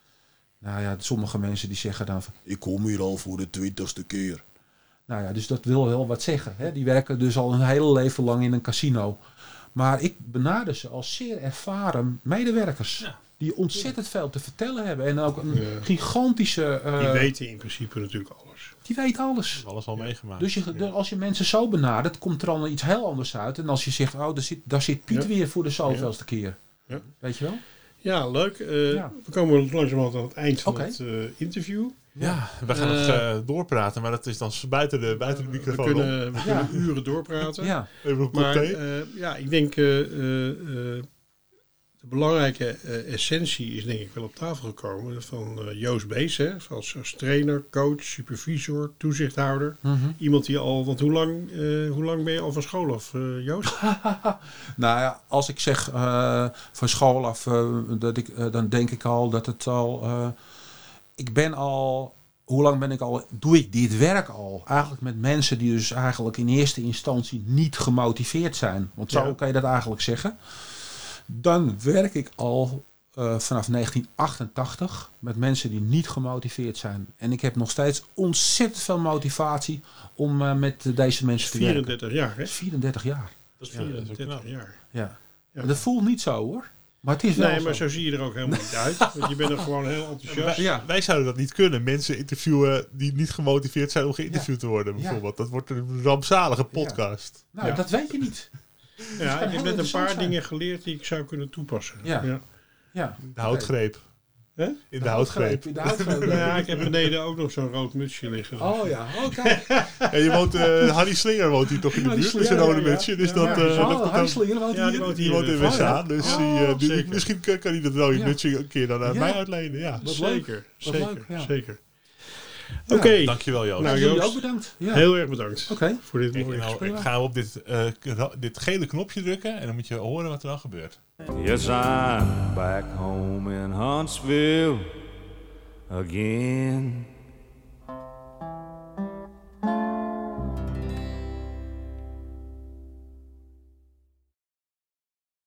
Nou ja, sommige mensen die zeggen dan van, ik kom hier al voor de twintigste keer. Nou ja, dus dat wil wel wat zeggen. Hè? Die werken dus al een hele leven lang in een casino. Maar ik benader ze als zeer ervaren medewerkers. Ja. Die ontzettend veel te vertellen hebben. En ook een ja. gigantische... Uh, die weten in principe natuurlijk alles. Die weten alles. Alles al ja. meegemaakt. Dus je, ja. als je mensen zo benadert, komt er al iets heel anders uit. En als je zegt, oh, daar zit, daar zit Piet ja. weer voor de zoveelste ja. keer. Ja. Weet je wel? Ja, leuk. Uh, ja. We komen langzamerhand aan het eind van okay. het uh, interview. Ja, we gaan uh, nog uh, doorpraten, maar dat is dan buiten de, buiten de microfoon. We kunnen, we kunnen ja. uren doorpraten. Ja. Even maar uh, ja, ik denk... Uh, uh, de belangrijke uh, essentie is denk ik wel op tafel gekomen van uh, Joost Bees, hè, als, als trainer, coach, supervisor, toezichthouder. Mm-hmm. Iemand die al, want hoe lang, uh, hoe lang ben je al van school af, uh, Joost? Nou ja, als ik zeg uh, van school af, uh, dat ik, uh, dan denk ik al dat het al... Uh, ik ben al... Hoe lang ben ik al... Doe ik dit werk al? Eigenlijk met mensen die dus eigenlijk in eerste instantie niet gemotiveerd zijn. Want zo ja. kan je dat eigenlijk zeggen. Dan werk ik al uh, vanaf negentien achtentachtig met mensen die niet gemotiveerd zijn. En ik heb nog steeds ontzettend veel motivatie om uh, met deze mensen te werken. vierendertig jaar, hè? vierendertig jaar. Dat is vierendertig ja. jaar. Ja. ja. Dat voelt niet zo, hoor. Maar het is wel nee, zo. maar zo zie je er ook helemaal niet uit. Want je bent er gewoon heel enthousiast. Wij, ja. wij zouden dat niet kunnen. Mensen interviewen die niet gemotiveerd zijn om geïnterviewd ja. te worden, bijvoorbeeld. Ja. Dat wordt een rampzalige podcast. Ja. Nou, ja. dat weet je niet. Ja, ik heb net een paar zijn. dingen geleerd die ik zou kunnen toepassen. Ja. ja. ja. De houtgreep. Huh? In de, de houtgreep. In de houtgreep. Ja, ik heb beneden ook nog zo'n rood mutsje liggen. Oh ja, oké. Okay. Ja, je woont, uh, Harry Slinger woont hier toch in de buurt, met zijn rode mutsje. Dus dat, uh, oh, dat Harry Slinger woont hier? Ja, die woont, die woont in West-Aan. Oh, ja. Dus oh, die, uh, die, misschien kan hij dat rode ja. mutsje een keer dan aan ja. mij uitlenen. Ja. Wat zeker, zeker, leuk, ja. zeker. Ja. Oké. Okay. Dankjewel Joost. Nou, Joost. Ook bedankt. Ja. Heel erg bedankt okay. voor dit Kijk, mooie nou, gesprek. Ik ga op dit, uh, dit gele knopje drukken en dan moet je horen wat er dan gebeurt. Yes, I'm back home in Huntsville again.